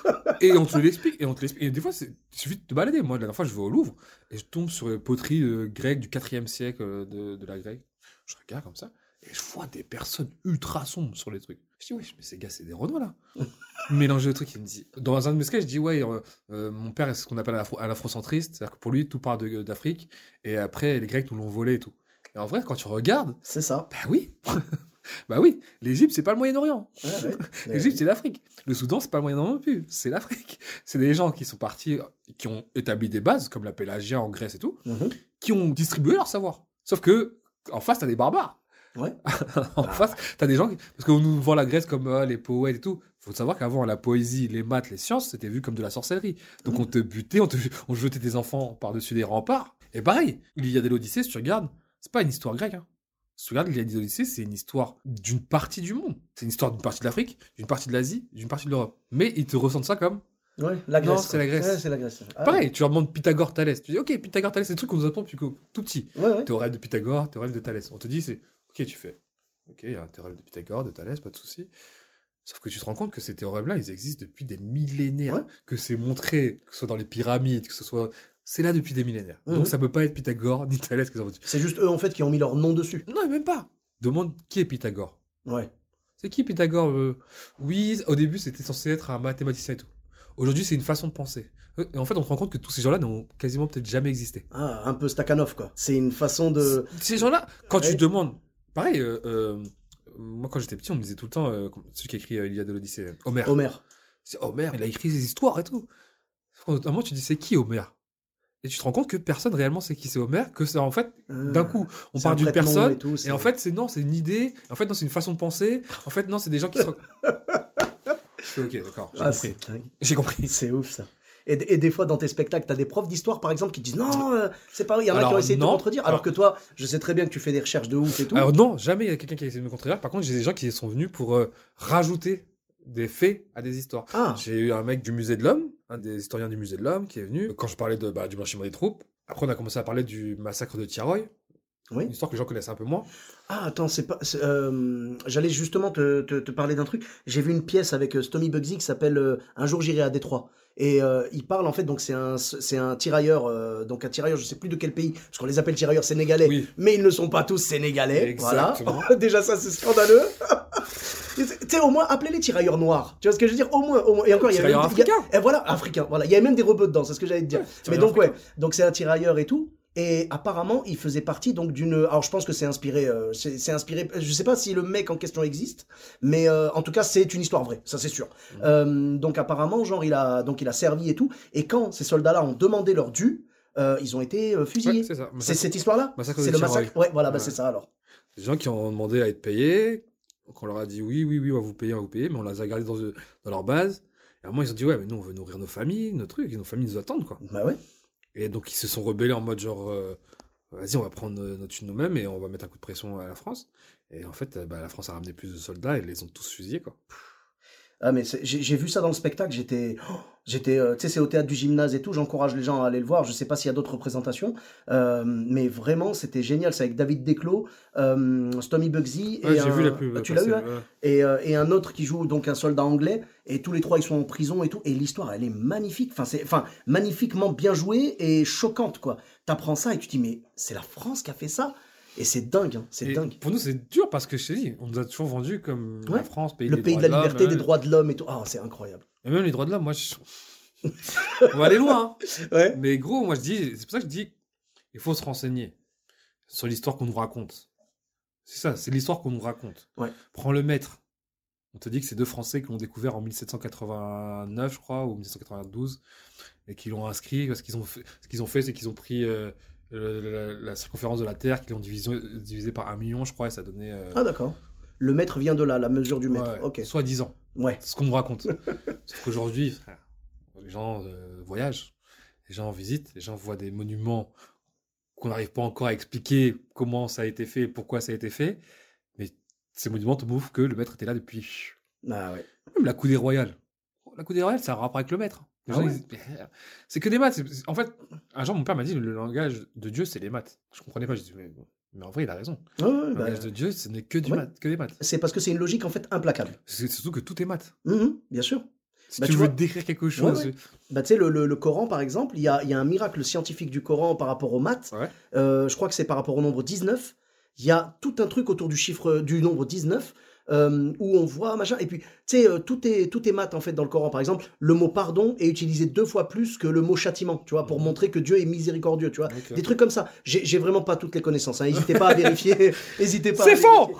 Et on te l'explique, et on te l'explique. Et des fois, c'est- il suffit de te balader. Moi, la dernière fois, je vais au Louvre, et je tombe sur les poteries euh, grecques du quatrième siècle euh, de, de la grecque. Je regarde comme ça, et je vois des personnes ultra sombres sur les trucs. Je dis, ouais, mais ces gars, c'est des Renois, là. Mélanger le truc, il me dit. Dans un de mes sketchs, je dis, ouais, euh, euh, mon père est ce qu'on appelle un, afro- un afrocentriste, c'est-à-dire que pour lui, tout part de- d'Afrique, et après, les Grecs nous l'ont volé et tout. Et en vrai, quand tu regardes, C'est ça. bah oui, bah oui, l'Égypte, c'est pas le Moyen-Orient. Ouais, ouais. L'Égypte, c'est l'Afrique. Le Soudan, c'est pas le Moyen-Orient non plus. C'est l'Afrique. C'est des gens qui sont partis, qui ont établi des bases, comme la Pélagia en Grèce et tout, Mhm. qui ont distribué leur savoir. Sauf que, en face, t'as des barbares. Ouais. en face, t'as des gens qui... Parce qu'on nous vend la Grèce comme euh, les poètes et tout. Faut savoir qu'avant, la poésie, les maths, les sciences, c'était vu comme de la sorcellerie. Donc Mhm. on te butait, on, te... on jetait des enfants par-dessus des remparts. Et pareil, l'Iliade et l'Odyssée, si tu regardes, c'est pas une histoire grecque. Hein. Si tu regardes l'Iliade et l'Odyssée, c'est une histoire d'une partie du monde. C'est une histoire d'une partie de l'Afrique, d'une partie de l'Asie, d'une partie de l'Europe. Mais ils te ressentent ça comme... Ouais, la Non, Grèce. c'est la quoi. Grèce. Ouais, c'est la Grèce. Ah, Pareil, tu leur demandes Pythagore, Thalès. Tu dis, ok, Pythagore, Thalès, c'est des trucs qu'on nous apprend depuis que- tout petit. Ouais, ouais. Théorème de Pythagore, théorème de Thalès. On te dit, c'est... Ok, tu fais... Ok, il y a un théorème de Pythagore, de Thalès, pas de souci. Sauf que tu te rends compte que ces théorèmes-là, ils existent depuis des millénaires. Ouais. Que c'est montré, que ce soit dans les pyramides, que ce soit... C'est là depuis des millénaires. Mhm. Donc ça peut pas être Pythagore ni Thalès qu'ils ont vendu. C'est juste eux, en fait, qui ont mis leur nom dessus. Non, même pas. Demande qui est Pythagore. Ouais. C'est qui Pythagore euh Oui, au début, c'était censé être un mathématicien et tout. Aujourd'hui, c'est une façon de penser. Euh, Et en fait, on se rend compte que tous ces gens-là n'ont quasiment peut-être jamais existé. Ah, un peu Stakhanov, quoi. C'est une façon de... Ces gens-là, quand Ouais. tu demandes... Pareil, euh, euh, moi, quand j'étais petit, on me disait tout le temps, euh, celui qui a écrit euh, l'Iliade et l'Odyssée, euh, Homère. Homère. C'est Homère, il a écrit des histoires et tout. À un moment, tu dis, c'est qui Homère? Et tu te rends compte que personne réellement sait qui c'est Homère, que c'est en fait, d'un coup, on C'est parle un d'une prête-nom personne, et tout, c'est- et en fait, c'est non, c'est une idée, en fait, non, c'est une façon de penser, en fait, non, c'est des gens qui sont... Je fais, ok, d'accord, j'ai Ah, compris. c'est dingue. J'ai compris. C'est ouf, ça. Et, et des fois, dans tes spectacles, t'as des profs d'histoire, par exemple, qui disent non, euh, c'est pas vrai. Il y en a Alors, qui ont essayé de te non. contredire. Alors que toi, je sais très bien que tu fais des recherches de ouf et tout. Alors non, jamais il y a quelqu'un qui a essayé de me contredire. Par contre, j'ai des gens qui sont venus pour euh, rajouter des faits à des histoires. Ah. J'ai eu un mec du musée de l'homme, un des historiens du musée de l'homme qui est venu. Quand je parlais de, bah, du blanchiment des troupes, après on a commencé à parler du massacre de Tiaroy, Oui. une histoire que les gens connaissent un peu moins. Ah, attends, c'est pas. c'est, euh, J'allais justement te, te, te parler d'un truc. J'ai vu une pièce avec euh, Stomy Bugsy qui s'appelle euh, Un jour j'irai à Détroit. Et euh, il parle en fait, donc c'est un, c'est un tirailleur, euh, donc un tirailleur, je sais plus de quel pays, parce qu'on les appelle tirailleurs sénégalais, Oui. mais ils ne sont pas tous sénégalais. Exactement. Voilà. Déjà ça, c'est scandaleux. Tu sais, au moins, appelez-les tirailleurs noirs. Tu vois ce que je veux dire? Au moins, au moins. Et encore, il y a même. Tirailleurs il y a- africains. Et voilà, africain. Voilà, il y a même des rebeux dedans, c'est ce que j'allais te dire. Ouais, Mais tirailleurs donc ouais, africains. donc c'est un tirailleur et tout. Et apparemment, il faisait partie donc d'une. Alors, je pense que c'est inspiré. Euh, c'est, c'est inspiré. Je sais pas si le mec en question existe, mais euh, en tout cas, c'est une histoire vraie. Ça, c'est sûr. Mmh. Euh, donc, apparemment, genre, il a donc il a servi et tout. Et quand ces soldats-là ont demandé leur dû, euh, ils ont été euh, fusillés. Ouais, c'est ça. c'est Massacre- cette histoire-là. massacre de C'est le Tiaroy. massacre. Ouais, voilà, bah Ouais. c'est ça alors. Des gens qui ont demandé à être payés, donc on leur a dit oui, oui, oui, on va vous payer, on va vous payer, mais on les a gardés dans, dans leur base. Et à un moment, ils ont dit ouais, mais nous, on veut nourrir nos familles, nos trucs, et nos familles nous attendent, quoi. Bah ouais. Et donc, ils se sont rebellés en mode genre, euh, vas-y, on va prendre euh, notre thune nous-mêmes et on va mettre un coup de pression à la France. Et en fait, euh, bah, la France a ramené plus de soldats et ils les ont tous fusillés, quoi. Ah mais c'est- j'ai j'ai vu ça dans le spectacle, j'étais, oh, j'étais, euh, tu sais c'est au théâtre du gymnase et tout, j'encourage les gens à aller le voir, je sais pas s'il y a d'autres représentations, euh, mais vraiment c'était génial, c'est avec David Desclos, euh, Stomy Bugsy et Ouais, j'ai un- vu la pub. Ah, tu l'as passer, eu, hein ouais. et, euh, et un autre qui joue donc un soldat anglais, et tous les trois ils sont en prison et tout, et l'histoire elle est magnifique, enfin c'est, enfin magnifiquement bien jouée et choquante quoi. T'apprends ça et tu te dis mais c'est la France qui a fait ça, et c'est dingue, hein, c'est Et dingue. pour nous, c'est dur parce que je t'ai dit, on nous a toujours vendu comme Ouais. la France, pays Le des pays droits de la l'homme, liberté, hein. des droits de l'homme et tout, ah c'est incroyable. Et même les droits de l'homme, moi, je... on va aller loin. Hein. Ouais. Mais gros, moi, je dis, c'est pour ça que je dis, il faut se renseigner sur l'histoire qu'on nous raconte. C'est ça, c'est l'histoire qu'on nous raconte. Ouais. Prends le maître. On te dit que c'est deux Français qui l'ont découvert en mille sept cent quatre-vingt-neuf, je crois, ou mille sept cent quatre-vingt-douze, et qui l'ont inscrit. Parce qu'ils ont fait, ce qu'ils ont fait, c'est qu'ils ont pris euh, le- la, la circonférence de la Terre, qu'ils l'ont divisé, divisé par un million, je crois, et ça donnait. Euh, Ah d'accord. Le mètre vient de là, la mesure du mètre. ouais, Ok. soi-disant. Ouais. C'est ce qu'on nous raconte. Sauf qu'aujourd'hui, frère, les gens euh, voyagent, les gens visitent, les gens voient des monuments qu'on n'arrive pas encore à expliquer comment ça a été fait, pourquoi ça a été fait. Mais ces monuments te prouvent que le maître était là depuis. Ah ouais. Même la coudée royale. La coudée royale, ça a un rapport avec le maître. Les Ah gens, ouais ils- C'est que des maths. c'est- c'est- En fait, un jour, mon père m'a dit le langage de Dieu, c'est les maths. Je comprenais pas. Je dis, mais, mais en vrai, il a raison. Ouais, ouais, Le bah, langage de Dieu, ce n'est que, du ouais. maths, que des maths. c'est parce que c'est une logique en fait implacable. C'est surtout que tout est maths. Mhm, bien sûr. Si Bah, tu tu veux vois- décrire quelque chose, ouais. Bah, tu sais, le, le- le Coran, par exemple, il y a, il y a un miracle scientifique du Coran par rapport aux maths. ouais. Euh, je crois que c'est par rapport au nombre dix-neuf. Il y a tout un truc autour du chiffre du nombre dix-neuf euh, où on voit machin. Et puis, tu sais, euh, tout est, tout est maths en fait dans le Coran. Par exemple, le mot pardon est utilisé deux fois plus que le mot châtiment, tu vois, pour Mhm. montrer que Dieu est miséricordieux, tu vois. Ok. Des trucs comme ça. J'ai j'ai vraiment pas toutes les connaissances. Hein. N'hésitez pas à vérifier. N'hésitez pas. C'est à faux.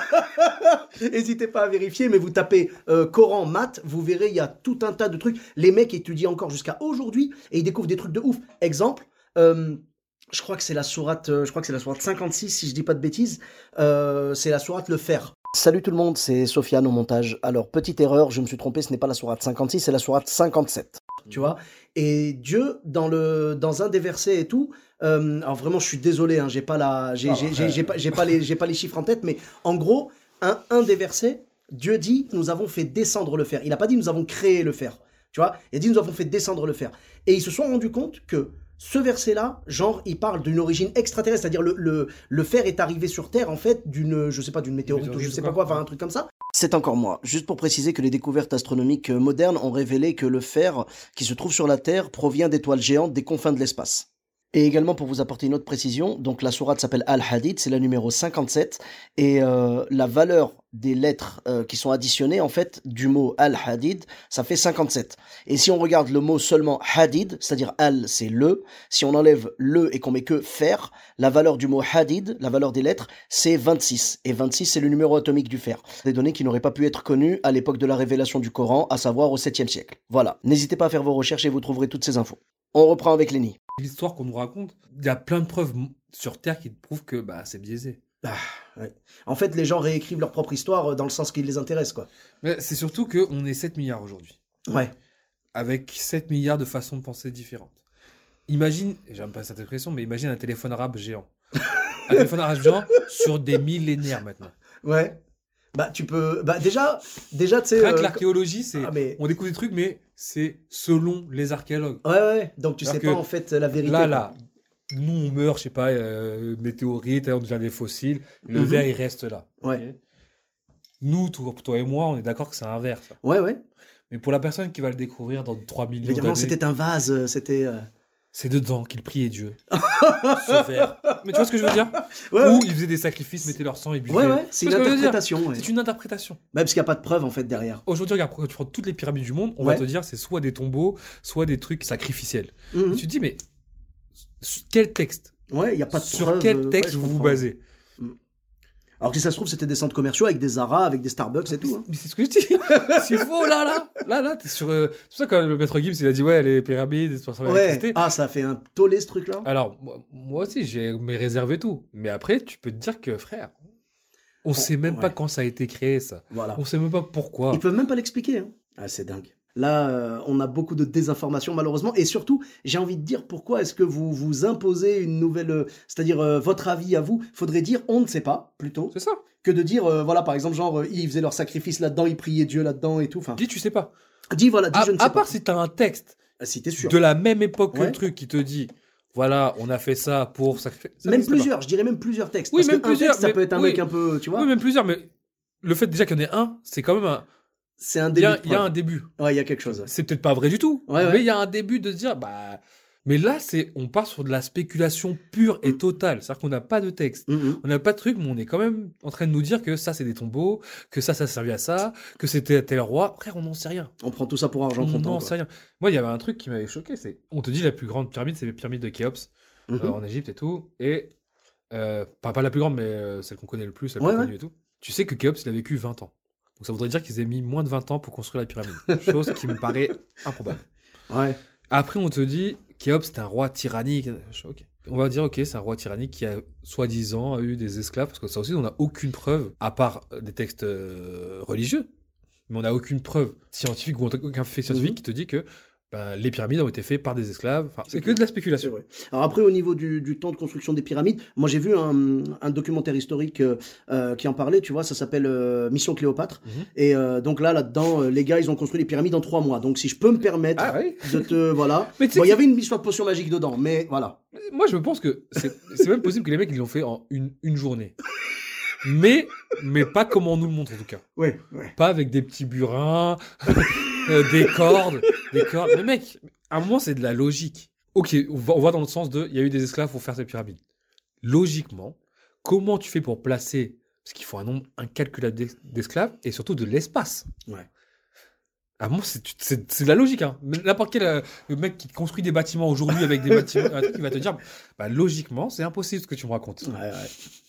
vérifier. N'hésitez pas à vérifier, mais vous tapez euh, Coran maths, vous verrez, il y a tout un tas de trucs. Les mecs étudient encore jusqu'à aujourd'hui et ils découvrent des trucs de ouf. Exemple. euh, je crois que c'est la sourate, euh, je crois que c'est la sourate cinquante-six, si je dis pas de bêtises. Euh, c'est la sourate le fer. Salut tout le monde, c'est Sofiane au montage. Alors, petite erreur, je me suis trompé, ce n'est pas la sourate cinquante-six, c'est la sourate cinquante-sept. Tu vois? Et Dieu, dans, le, dans un des versets et tout, euh, alors vraiment, je suis désolé, hein, j'ai pas, la, j'ai, Ah, j'ai, j'ai, ouais. j'ai pas, j'ai pas, les, j'ai pas les chiffres en tête, mais en gros, un, un des versets, Dieu dit, nous avons fait descendre le fer. Il n'a pas dit, nous avons créé le fer. Tu vois? Il a dit, nous avons fait descendre le fer. Et ils se sont rendus compte que ce verset-là, genre, il parle d'une origine extraterrestre, c'est-à-dire le, le, le fer est arrivé sur Terre, en fait, d'une, je sais pas, d'une météorite ou je météorite sais ou pas quoi, quoi, enfin ouais. un truc comme ça. C'est encore moi. Juste pour préciser que les découvertes astronomiques modernes ont révélé que le fer qui se trouve sur la Terre provient d'étoiles géantes des confins de l'espace. Et également pour vous apporter une autre précision, donc la sourate s'appelle Al-Hadid, c'est la numéro cinquante-sept, et euh, la valeur des lettres euh, qui sont additionnées, en fait, du mot Al-Hadid, ça fait cinquante-sept. Et si on regarde le mot seulement Hadid, c'est-à-dire Al, c'est le, si on enlève le et qu'on met que fer, la valeur du mot Hadid, la valeur des lettres, c'est vingt-six. Et vingt-six, c'est le numéro atomique du fer. Des données qui n'auraient pas pu être connues à l'époque de la révélation du Coran, à savoir au septième siècle. Voilà. N'hésitez pas à faire vos recherches et vous trouverez toutes ces infos. On reprend avec Lenny. L'histoire qu'on nous raconte, il y a plein de preuves m- sur Terre qui prouvent que bah, c'est biaisé. Ah, ouais. En fait, les gens réécrivent leur propre histoire euh, dans le sens qui les intéresse, quoi. Mais c'est surtout qu'on est sept milliards aujourd'hui. Ouais. avec sept milliards de façons de penser différentes. Imagine, j'aime pas cette expression, mais imagine un téléphone arabe géant. Un téléphone arabe géant sur des millénaires maintenant. Ouais. Bah, tu peux. Bah, déjà, déjà tu sais. Rien que euh, l'archéologie, c'est. Ah, mais- On découvre des trucs, mais c'est selon les archéologues. Ouais, ouais. Donc, tu Alors sais que pas en fait la vérité. Là, quoi. là, nous, on meurt, je sais pas, euh, météorite, on devient des fossiles. Le Mhm. verre, il reste là. Ouais. Ok. Nous, toi, toi et moi, on est d'accord que c'est un verre, ça. Ouais, ouais. Mais pour la personne qui va le découvrir dans trois Je millions veux dire, non, d'années, c'était un vase. euh, C'était. euh, c'est dedans qu'il priait Dieu. Ce verre. Mais tu vois ce que je veux dire? Ouais, Ou ouais. ils faisaient des sacrifices, mettaient leur sang et buvaient. Ouais, ouais. C'est Tu une vois ce que je veux dire? interprétation. Ouais. C'est une interprétation. Bah, parce qu'il n'y a pas de preuve en fait derrière. Aujourd'hui, regarde, quand tu prends toutes les pyramides du monde, on Ouais. va te dire c'est soit des tombeaux, soit des trucs sacrificiels. Mhm. Et tu te dis, mais sur quel texte? Ouais, il n'y a pas de Sur preuve. quel euh, texte ouais, je vous vous comprends. basez? Alors que si ça se trouve, c'était des centres commerciaux avec des Zara, avec des Starbucks et tout. Hein. Mais c'est ce que je dis. C'est faux, là, là. Là, là, t'es sur. euh, C'est pour ça que le maître Gibbs, il a dit, ouais, les pyramides, c'est pour ça Ouais. Ah, ça a fait un tollé ce truc-là. Alors, moi, moi aussi, j'ai mes réserves et tout. Mais après, tu peux te dire que, frère, on sait même ouais. pas quand ça a été créé, ça. Voilà. On sait même pas pourquoi. Ils peuvent même pas l'expliquer. Hein. Ah, c'est dingue. Là, euh, on a beaucoup de désinformation malheureusement. Et surtout, j'ai envie de dire pourquoi est-ce que vous vous imposez une nouvelle... euh, c'est-à-dire euh, votre avis à vous. Faudrait dire on ne sait pas, plutôt, C'est ça. que de dire, euh, voilà, par exemple, genre, euh, ils faisaient leur sacrifice là-dedans, ils priaient Dieu là-dedans et tout. Enfin, Dis, tu sais pas. dis, voilà, dis, À, je ne sais à pas. part si t'as un texte Ah, si t'es sûr. de la même époque que Ouais. le truc qui te dit, voilà, on a fait ça pour sacrifier. Ça Même n'existe pas. plusieurs, je dirais même plusieurs textes. Oui, parce même qu'un plusieurs, texte, ça mais- peut être un oui. mec un peu, tu vois. Oui, même plusieurs, mais le fait déjà qu'il y en ait un, c'est quand même un. C'est un Il y début. a, de il y a preuve. un début. Ouais, il y a quelque chose. C'est peut-être pas vrai du tout, Ouais, mais ouais. il y a un début de se dire, bah. Mais là, c'est, on part sur de la spéculation pure et totale. C'est-à-dire qu'on n'a pas de texte. Mhm. On n'a pas de truc, mais on est quand même en train de nous dire que ça, c'est des tombeaux, que ça, ça servait à ça, que c'était tel roi. Frère, on n'en sait rien. On prend tout ça pour argent On comptant. n'en quoi. sait rien. Moi, il y avait un truc qui m'avait choqué, c'est, on te dit la plus grande pyramide, c'est les pyramides de Khéops, Mhm. euh, en Égypte et tout. Et, euh, pas, pas la plus grande, mais euh, celle qu'on connaît le plus, la plus Ouais, connue et tout. Tu sais que Khéops, il a vécu vingt ans. Donc ça voudrait dire qu'ils aient mis moins de vingt ans pour construire la pyramide. Chose qui me paraît improbable. Ouais. Après, on te dit, Khéops, c'est un roi tyrannique. Je suis, ok. On va dire, ok, c'est un roi tyrannique qui a, soi-disant, a eu des esclaves, parce que ça aussi, on n'a aucune preuve, à part des textes euh, religieux, mais on n'a aucune preuve scientifique ou aucun fait scientifique Mhm. qui te dit que ben, les pyramides ont été faites par des esclaves. Enfin, c'est que de la C'est spéculation. vrai. Alors après, au niveau du, du temps de construction des pyramides, moi j'ai vu un, un documentaire historique euh, euh, qui en parlait, tu vois, ça s'appelle euh, Mission Cléopâtre. Mhm. Et euh, donc là, là-dedans, euh, les gars, ils ont construit les pyramides en trois mois. Donc si je peux me permettre Ah oui. de te... Voilà. Mais tu sais Bon, il y que- avait une histoire de potion magique dedans, mais voilà. Moi, je pense que c'est c'est même possible que les mecs, ils l'ont fait en une, une journée. Mais, mais pas comme on nous le montre, en tout cas. Oui, ouais. Pas avec des petits burins, euh, des cordes, des cordes. Mais mec, à un moment, c'est de la logique. Ok, on va, on va dans le sens de, il y a eu des esclaves pour faire ces pyramides. Logiquement, comment tu fais pour placer, parce qu'il faut un nombre incalculable d'es- d'esclaves, et surtout de l'espace. Ouais. À un moment, c'est c'est- c'est de la logique. Hein. Mais n'importe quel euh, le mec qui construit des bâtiments aujourd'hui avec des bâtiments, un truc, il va te dire, bah, logiquement, c'est impossible ce que tu me racontes. Ouais, ouais.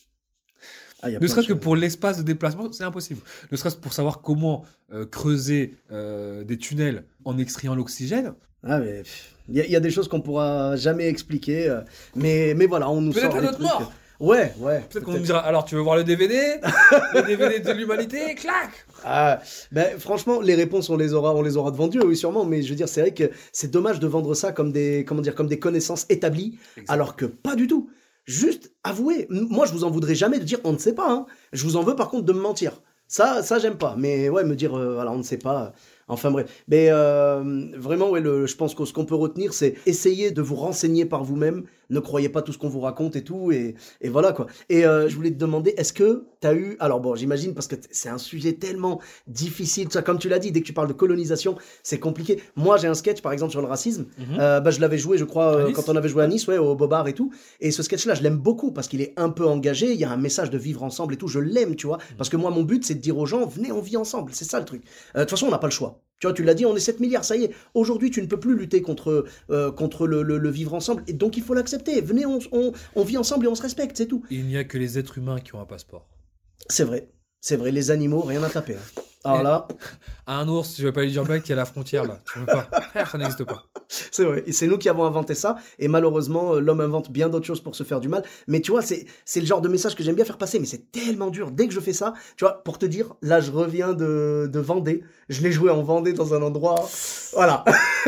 Ah, il y a Ne plein serait-ce de que choses. pour l'espace de déplacement, c'est impossible. Ne serait-ce que pour savoir comment euh, creuser euh, des tunnels en extrayant l'oxygène. Ah, mais pff, il y, a- il y a des choses qu'on pourra jamais expliquer. euh, mais, mais voilà, on nous Peut-être sort à des notre trucs. mort. Ouais, ouais. Peut-être qu'on nous dira, alors tu veux voir le D V D? Le D V D de l'humanité? Clac! Ah, ben, franchement, les réponses, on les aura, on les aura devant Dieu, oui, sûrement. Mais je veux dire, c'est vrai que c'est dommage de vendre ça comme des, comment dire, comme des connaissances établies, Exact. alors que pas du tout. Juste avouer. M- Moi, je vous en voudrais jamais de dire on ne sait pas. Hein. Je vous en veux par contre de me mentir. Ça, ça j'aime pas. Mais ouais, me dire euh, voilà, on ne sait pas. euh, Enfin bref. Mais euh, vraiment, ouais, le, je pense que ce qu'on peut retenir, c'est essayer de vous renseigner par vous-même. Ne croyez pas tout ce qu'on vous raconte et tout. Et, et voilà quoi. Et euh, je voulais te demander, est-ce que tu as eu. Alors bon, j'imagine parce que t- c'est un sujet tellement difficile. Ça, comme tu l'as dit, dès que tu parles de colonisation, c'est compliqué. Moi, j'ai un sketch par exemple sur le racisme. Euh, bah, je l'avais joué, je crois, À euh, Nice quand on avait joué à Nice, ouais, au Bobard et tout. Et ce sketch-là, je l'aime beaucoup parce qu'il est un peu engagé. Il y a un message de vivre ensemble et tout. Je l'aime, tu vois. Parce que moi, mon but, c'est de dire aux gens, venez, on vit ensemble. C'est ça le truc. Euh, De toute façon, on n'a pas le choix. Tu vois, tu l'as dit, on est sept milliards, ça y est. Aujourd'hui, tu ne peux plus lutter contre, euh, contre le, le- le vivre ensemble. Et donc, il faut l'accepter. Venez, on, on, on vit ensemble et on se respecte, c'est tout. Il n'y a que les êtres humains qui ont un passeport. C'est vrai. C'est vrai, les animaux, rien à taper. hein. Alors Et- là, À un ours, tu vas pas lui dire, mec, il y a la frontière là. Tu veux pas. Frère, ça n'existe pas. C'est vrai, et c'est nous qui avons inventé ça, et malheureusement, euh, l'homme invente bien d'autres choses pour se faire du mal, mais tu vois, c'est, c'est le genre de message que j'aime bien faire passer, mais c'est tellement dur, dès que je fais ça, tu vois, pour te dire, là, je reviens de, de Vendée, je l'ai joué en Vendée dans un endroit, voilà,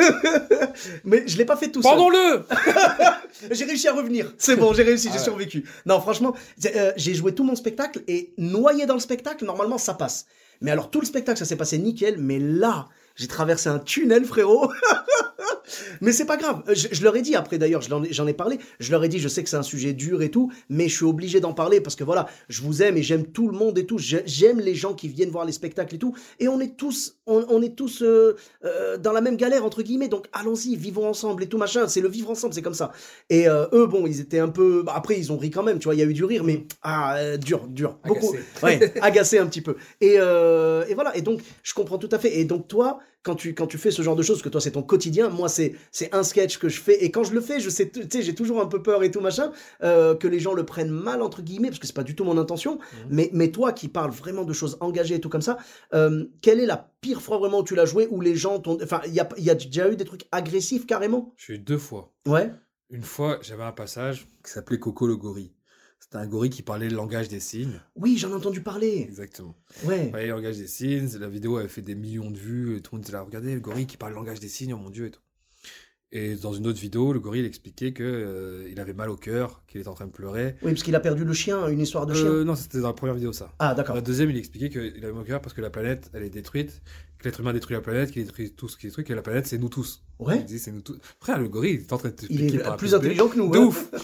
mais je l'ai pas fait tout seul. Pardon-le. J'ai réussi à revenir, c'est bon, j'ai réussi, Ah j'ai ouais. survécu. Non, franchement, c'est, euh, j'ai joué tout mon spectacle, et noyé dans le spectacle, normalement, ça passe. Mais alors, tout le spectacle, ça s'est passé nickel, mais là, j'ai traversé un tunnel, frérot. Mais c'est pas grave. Je, je leur ai dit après, d'ailleurs, je l'en ai- j'en ai parlé. Je leur ai dit, je sais que c'est un sujet dur et tout, mais je suis obligé d'en parler parce que voilà, je vous aime et j'aime tout le monde et tout. J'ai- J'aime les gens qui viennent voir les spectacles et tout. Et on est tous, on, on est tous euh, euh, dans la même galère entre guillemets. Donc allons-y, vivons ensemble et tout machin. C'est le vivre ensemble, c'est comme ça. Et euh, eux, bon, ils étaient un peu. Bah, après, ils ont ri quand même. Tu vois, il y a eu du rire, mais ah, euh, dur, dur, beaucoup. Agacé. Ouais, agacé un petit peu. Et, euh, et voilà. Et donc, je comprends tout à fait. Et donc toi. Quand tu, quand tu fais ce genre de choses, que toi c'est ton quotidien, moi c'est, c'est un sketch que je fais, et quand je le fais, je sais, tu sais, j'ai toujours un peu peur et tout machin, euh, que les gens le prennent mal entre guillemets, parce que c'est pas du tout mon intention, Mmh. mais, mais toi qui parles vraiment de choses engagées et tout comme ça, euh, quelle est la pire fois vraiment où tu l'as joué, où les gens t'ont, enfin, il y a, il y a déjà eu des trucs agressifs carrément? Je suis deux fois. Ouais. Une fois, j'avais un passage qui s'appelait Coco le gorille. C'était un gorille qui parlait le langage des signes. Oui, j'en ai entendu parler. Exactement. Ouais. Il parlait le langage des signes. La vidéo avait fait des millions de vues. Et tout le monde était là, regardez le gorille qui parle le langage des signes, oh mon Dieu et tout. Et dans une autre vidéo, le gorille il expliquait que euh, il avait mal au cœur, qu'il était en train de pleurer. Oui, parce qu'il a perdu le chien, une histoire de chien. Euh, non, c'était dans la première vidéo ça. Ah, Dans d'accord. la deuxième, il expliquait qu'il avait mal au cœur parce que la planète, elle est détruite, que l'être humain détruit la planète, qu'il détruit tout ce qui est truc, et la planète, c'est nous tous. Ouais. Il dit, c'est nous tous. Frère, le gorille, il est en train de Il t'expliquer est par plus A plus B. intelligent que nous. De hein. ouf.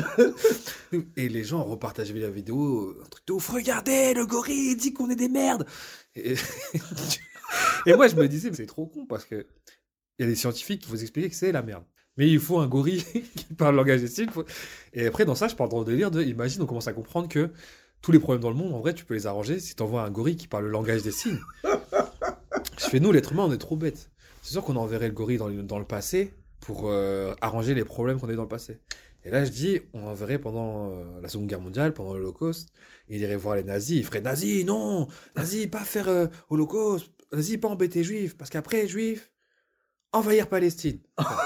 Et les gens repartageaient la vidéo, un truc de ouf, regardez, le gorille, il dit qu'on est des merdes. Et, et moi, je me disais, mais c'est trop con parce que il y a des scientifiques qui vous expliquer que c'est la merde. Mais il faut un gorille qui parle le langage des signes. faut- Et après, dans ça, je parle dans le délire de, imagine, on commence à comprendre que tous les problèmes dans le monde, en vrai, tu peux les arranger si t'envoies un gorille qui parle le langage des signes. Je fais, nous, l'être humain, on est trop bêtes. C'est sûr qu'on enverrait le gorille dans le, dans le passé pour euh, arranger les problèmes qu'on a eu dans le passé. Et là, je dis, on enverrait pendant euh, la Seconde Guerre mondiale, pendant l'Holocauste, il irait voir les nazis, il ferait nazis, non, nazis, pas faire euh, Holocauste, nazis, pas embêter les juifs, parce qu'après, juifs, envahir Palestine.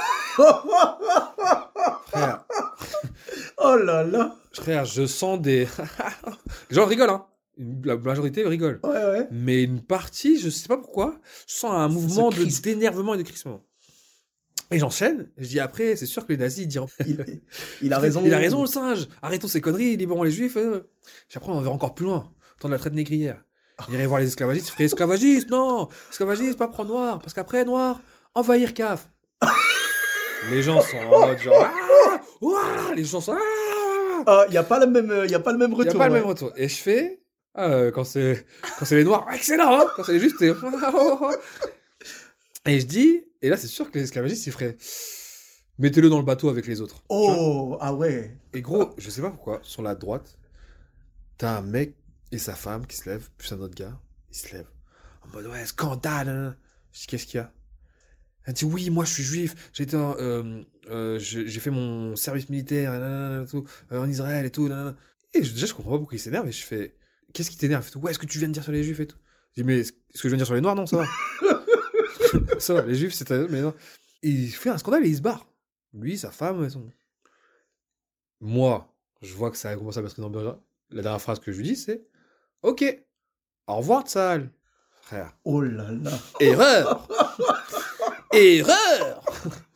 Frère, Oh là là. frère, je sens des. Les gens rigolent, hein. Une- La majorité rigole. Ouais, ouais. Mais une partie, je sais pas pourquoi, je sens un mouvement de crispe. d'énervement et de crispement. Et j'enchaîne, je dis après, c'est sûr que les nazis ils diront. Il, il a raison. Il a raison, le singe. Arrêtons ces conneries, libérons les juifs. Euh. Puis après, on va encore plus loin. Temps de la traite négrière. Il irait voir les esclavagistes, il ferait esclavagistes, non, esclavagistes, pas prendre noir, parce qu'après, noir, envahir C A F. Les gens sont en mode genre, ah, ouah, les gens sont, ah, Ah, il n'y a pas le même, il y a pas le même il n'y retour. a pas le ouais. même retour. Et je fais, ah, euh, quand c'est, quand c'est les noirs, excellent, hein. Quand c'est les juifs, c'est, et je dis, et là, c'est sûr que les esclavagistes, ils feraient, mettez-le dans le bateau avec les autres. Tu vois. Oh, ah ouais. Et gros, je sais pas pourquoi, sur la droite, t'as un mec et sa femme qui se lèvent, plus un autre gars, il se lève. En mode, ouais, scandale, hein. Je dis, qu'est-ce qu'il y a? Elle dit, oui, moi je suis juif, j'ai été en, euh, euh, j'ai j'ai fait mon service militaire, nanana, tout, euh, en Israël et tout, nanana. Et je, déjà, je comprends pas pourquoi il s'énerve, et je fais, qu'est-ce qui t'énerve? Il fait, ouais, est-ce que tu viens de dire sur les juifs et tout? Je dis, mais ce que je viens de dire sur les noirs, non, ça va. Ça va, les juifs, c'est un, mais non. Et il fait un scandale et il se barre. Lui, sa femme, et son. Moi, je vois que ça a commencé à mettre une ambiance. La dernière phrase que je lui dis, c'est ok, au revoir, Tsahal. Frère. Oh là là. Erreur. Erreur.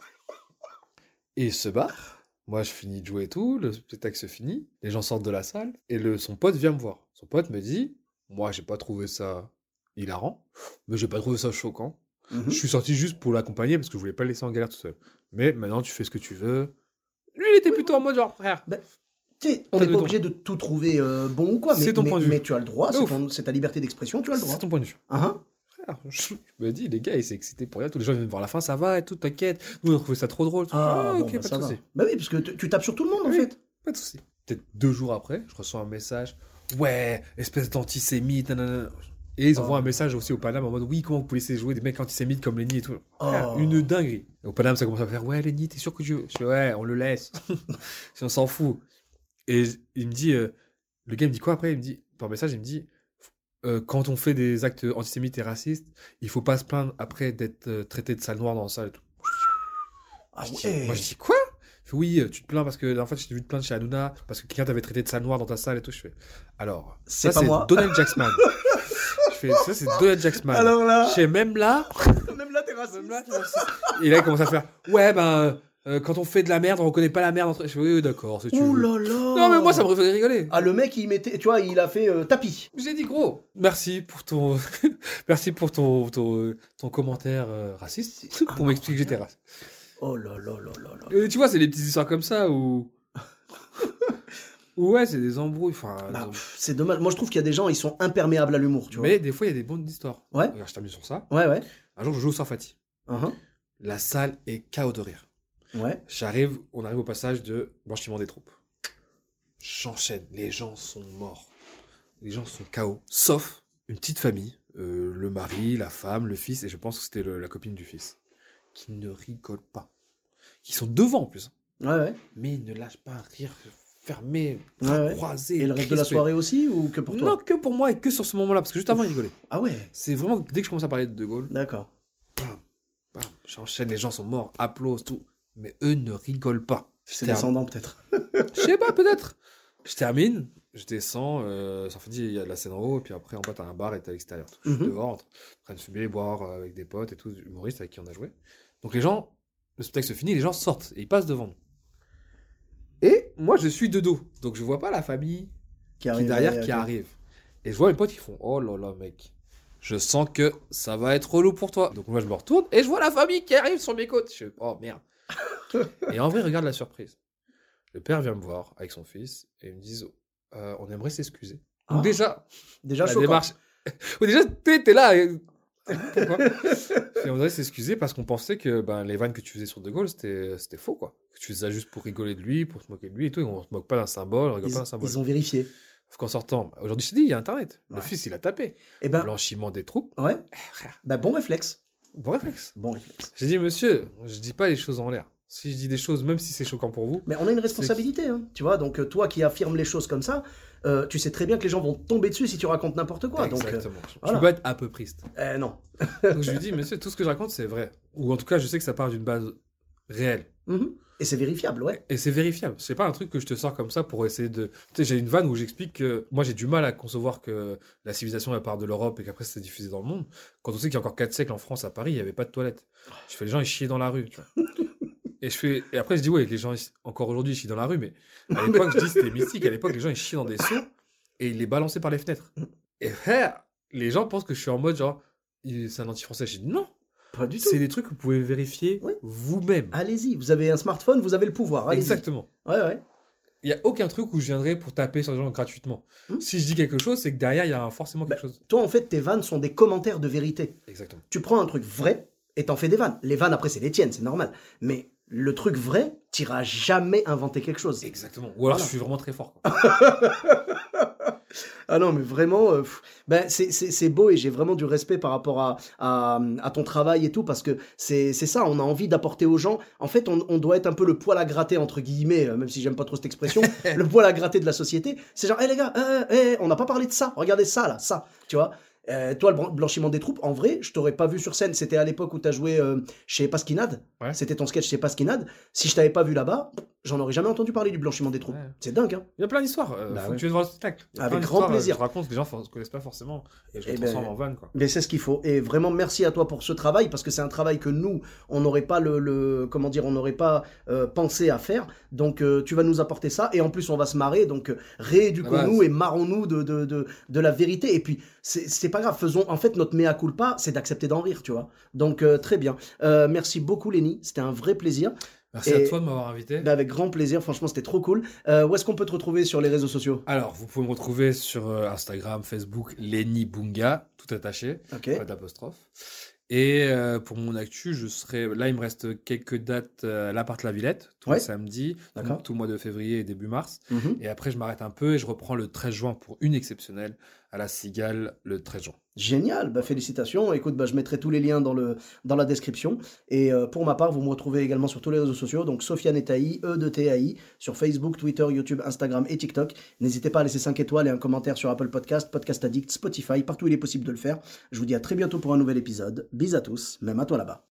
Et il se barre. Moi, je finis de jouer et tout. Le spectacle se finit. Les gens sortent de la salle. Et le, son pote vient me voir. Son pote me dit, moi, j'ai pas trouvé ça hilarant, mais j'ai pas trouvé ça choquant. Mhm. Je suis sorti juste pour l'accompagner parce que je voulais pas le laisser en galère tout seul. Mais maintenant, tu fais ce que tu veux. Lui, il était plutôt en mode genre, frère. Tu sais, on T'as n'est de pas ton- obligé de tout trouver euh, bon ou quoi, mais, C'est ton mais, point de vue. mais tu as le droit, De c'est, ouf. ton- c'est ta liberté d'expression, tu as le droit. C'est ton point de vue. Ah, hein. Frère, je me dis, les gars, ils s'est excité pour rien. Tous les gens viennent voir la fin, ça va et tout, t'inquiète. Nous, on trouvait ça trop drôle. Ah, bon, ok, bah, pas ça de va. souci. Bah oui, parce que tu tu tapes sur tout le monde, en Oui. fait. Pas de souci. Peut-être deux jours après, je reçois un message. Ouais, espèce d'antisémite. Nanana. Et ils envoient Oh. un message aussi au Paname en mode oui, comment vous pouvez laisser jouer des mecs antisémites comme Lenny et tout. Frère, Oh. une dinguerie. Et au Paname, ça commence à faire ouais, Lenny, t'es sûr que tu veux? Je fais ouais, on le laisse. On s'en fout. Et il me dit, euh, le gars il me dit quoi après? Il me dit, par message, il me dit euh, quand on fait des actes antisémites et racistes, il faut pas se plaindre après d'être euh, traité de sale noir dans la salle et tout. Ah Je dis- ouais. Moi, je dis quoi? Il fait, oui, tu te plains parce que en fait, je t'ai vu te plaindre chez Hanouna parce que quelqu'un t'avait traité de sale noir dans ta salle et tout. Je fais, alors, C'est ça, pas moi. Donald Jacksman. Je fais, ça, c'est Donald Jacksman. Alors là- Je fais, même là, Même là, t'es raciste. même là, t'es raciste. Et là, il commence à faire, ouais, ben, euh, quand on fait de la merde, on reconnaît pas la merde entre. Je fais, oui, oui, d'accord, si tu Ouh veux. là là. Non, mais moi, ça me fait rigoler. Ah, le mec, il mettait, tu vois, il a fait euh, tapis. J'ai dit, gros, merci pour ton, merci pour ton, ton, ton commentaire euh, raciste, pour m'expliquer que j'étais raciste. Oh là là là là là. Et tu vois, c'est des petites histoires comme ça où. où ouais, c'est des embrouilles. Enfin, Bah, donc- pff, c'est dommage. Moi, je trouve qu'il y a des gens, ils sont imperméables à l'humour, tu vois. Mais des fois, il y a des bonnes histoires. Ouais. Regarde, je t'amuse sur ça. Ouais, ouais. Un jour, je joue au Sarfati. Uh-huh. La salle est K O de rire. Ouais. J'arrive, on arrive au passage de blanchiment des troupes. J'enchaîne. Les gens sont morts. Les gens sont K O. Sauf une petite famille. euh, le mari, la femme, le fils, et je pense que c'était le- la copine du fils. Qui ne rigolent pas. Qui sont devant en plus. Ouais, ouais. Mais ils ne lâchent pas un rire fermé, Ouais, bras ouais. croisés. Et le reste de la crispé. soirée aussi, ou que pour toi? Non, que pour moi et que sur ce moment-là, parce que juste avant, ils rigolaient. Ah ouais. C'est vraiment dès que je commence à parler de De Gaulle, D'accord. bam, bam, j'enchaîne, les gens sont morts, applaudissent, tout. Mais eux ne rigolent pas. Je C'est termine. descendant, peut-être. Je sais pas, peut-être. Je termine, je descends, euh, ça fait dire, il y a de la scène en haut, et puis après, en bas, t'as un bar et t'es à l'extérieur. Je suis Mhm. dehors, en train de fumer, boire euh, avec des potes et tout, des humoristes avec qui on a joué. Donc les gens, le spectacle se finit, les gens sortent et ils passent devant nous. Et moi, je suis de dos, donc je vois pas la famille Qui qui est arrive derrière, ouais, qui ok. arrive. Et je vois mes potes qui font, oh là là, mec, je sens que ça va être relou pour toi. Donc moi, je me retourne et je vois la famille qui arrive sur mes côtes. Je fais, oh merde. Et en vrai, regarde la surprise. Le père vient me voir avec son fils et ils me disent, euh, on aimerait s'excuser. Donc Ah. déjà, Déjà la choquant. démarche. Ou déjà, t'es t'es là. Et... Pourquoi Et on voudrait s'excuser parce qu'on pensait que ben, les vannes que tu faisais sur De Gaulle, c'était c'était faux, quoi. Que tu faisais ça juste pour rigoler de lui, pour se moquer de lui et tout. Et on se moque pas d'un symbole, on rigole Ils, pas d'un symbole. ils ont vérifié. Sauf qu'en sortant, aujourd'hui, je te dis, il y a Internet. Le Ouais. fils, il a tapé. Eh ben, Blanchiment des troupes. ouais. Eh, frère, Bah, bon réflexe. bon réflexe. Bon réflexe. J'ai dit, monsieur, je dis pas les choses en l'air. Si je dis des choses, même si c'est choquant pour vous, Mais on a une responsabilité, hein, tu vois. Donc, euh, toi qui affirmes les choses comme ça, euh, tu sais très bien que les gens vont tomber dessus si tu racontes n'importe quoi. Donc, euh, exactement. Je voilà. peux pas être à peu priste. euh, non. Donc je lui dis, monsieur, tout ce que je raconte, c'est vrai. Ou en tout cas, je sais que ça part d'une base réelle. Mhm. Et c'est vérifiable, ouais. Et c'est vérifiable. C'est pas un truc que je te sors comme ça pour essayer de. Tu sais, j'ai une vanne où j'explique que moi j'ai du mal à concevoir que la civilisation elle part de l'Europe et qu'après c'est diffusé dans le monde. Quand on sait qu'il y a encore quatre siècles en France, à Paris, il n'y avait pas de toilettes. Je fais les gens ils chiaient dans la rue. Tu vois. Et je fais et après je dis ouais, les gens ils- encore aujourd'hui ils chient dans la rue, mais à l'époque je dis c'était mystique. À l'époque les gens ils chiaient dans des seaux et ils les balançaient par les fenêtres. Et frère, les gens pensent que je suis en mode genre il- c'est un anti-français. Je dis non. Pas du tout. C'est des trucs que vous pouvez vérifier Oui. vous-même. Allez-y, vous avez un smartphone, vous avez le pouvoir. Allez-y. Exactement. Ouais, ouais. Il n'y a aucun truc où je viendrais pour taper sur les gens gratuitement. Hmm. Si je dis quelque chose, c'est que derrière, il y a forcément quelque Bah, chose. Toi, en fait, tes vannes sont des commentaires de vérité. Exactement. Tu prends un truc vrai et t'en fais des vannes. Les vannes, après, c'est les tiennes, c'est normal. Mais le truc vrai, t'iras jamais inventer quelque chose. Exactement. Ou alors, Voilà. je suis vraiment très fort. quoi. Ah non, mais vraiment, euh, pff, ben, c'est- c'est c'est beau et j'ai vraiment du respect par rapport à, à, à ton travail et tout, parce que c'est c'est ça, on a envie d'apporter aux gens. En fait, on, on doit être un peu le poil à gratter, entre guillemets, euh, même si j'aime pas trop cette expression, le poil à gratter de la société. C'est genre, hé les gars, euh, euh, on n'a pas parlé de ça, regardez ça là, ça, tu vois. Euh, toi, le bran- blanchiment des troupes, en vrai, je t'aurais pas vu sur scène. C'était à l'époque où t'as joué euh, chez Pasquinade. Ouais. C'était ton sketch chez Pasquinade. Si je t'avais pas vu là-bas, j'en aurais jamais entendu parler du blanchiment des troupes. Ouais. C'est dingue, hein. Il y a plein d'histoires. Euh, Bah faut ouais. que tu viennes voir le spectacle. Il y a Avec plein grand d'histoires, euh, plaisir. Je raconte, les gens ne connaissent pas forcément. Et je les Eh transforme ben, en vanne. Quoi. Mais c'est ce qu'il faut. Et vraiment, merci à toi pour ce travail, parce que c'est un travail que nous, on n'aurait pas le, le- comment dire, on n'aurait pas euh, pensé à faire. Donc, euh, tu vas nous apporter ça. Et en plus, on va se marrer. Donc, euh, rééduquons-nous Ah bah, et marrons-nous de, de, de, de la vérité. Et puis, c'est c'est pas grave. Faisons, en fait, notre mea culpa, c'est d'accepter d'en rire, tu vois. Donc, euh, très bien. Euh, merci beaucoup, Lenny. C'était un vrai plaisir. Merci Et- à toi de m'avoir invité. Ben, avec grand plaisir. Franchement, c'était trop cool. Euh, où est-ce qu'on peut te retrouver sur les réseaux sociaux? Alors, vous pouvez me retrouver sur euh, Instagram, Facebook, Lenny Bunga, tout attaché, Ok. pas d'apostrophe. Et euh, pour mon actu, je serai là. Il me reste quelques dates euh, à l'appart La Villette, tous Ouais. les samedis, tout, D'accord. tout le mois de février et début mars. Mhm. Et après, je m'arrête un peu et je reprends le treize juin pour une exceptionnelle à la Cigale le treize juin. Génial, bah félicitations. Écoute, bah, je mettrai tous les liens dans, le, dans la description. Et euh, pour ma part, vous me retrouvez également sur tous les réseaux sociaux. Donc Sofiane et Taï, E de T A I, sur Facebook, Twitter, YouTube, Instagram et TikTok. N'hésitez pas à laisser cinq étoiles et un commentaire sur Apple Podcast, Podcast Addict, Spotify, partout où il est possible de le faire. Je vous dis à très bientôt pour un nouvel épisode. Bis à tous, même à toi là-bas.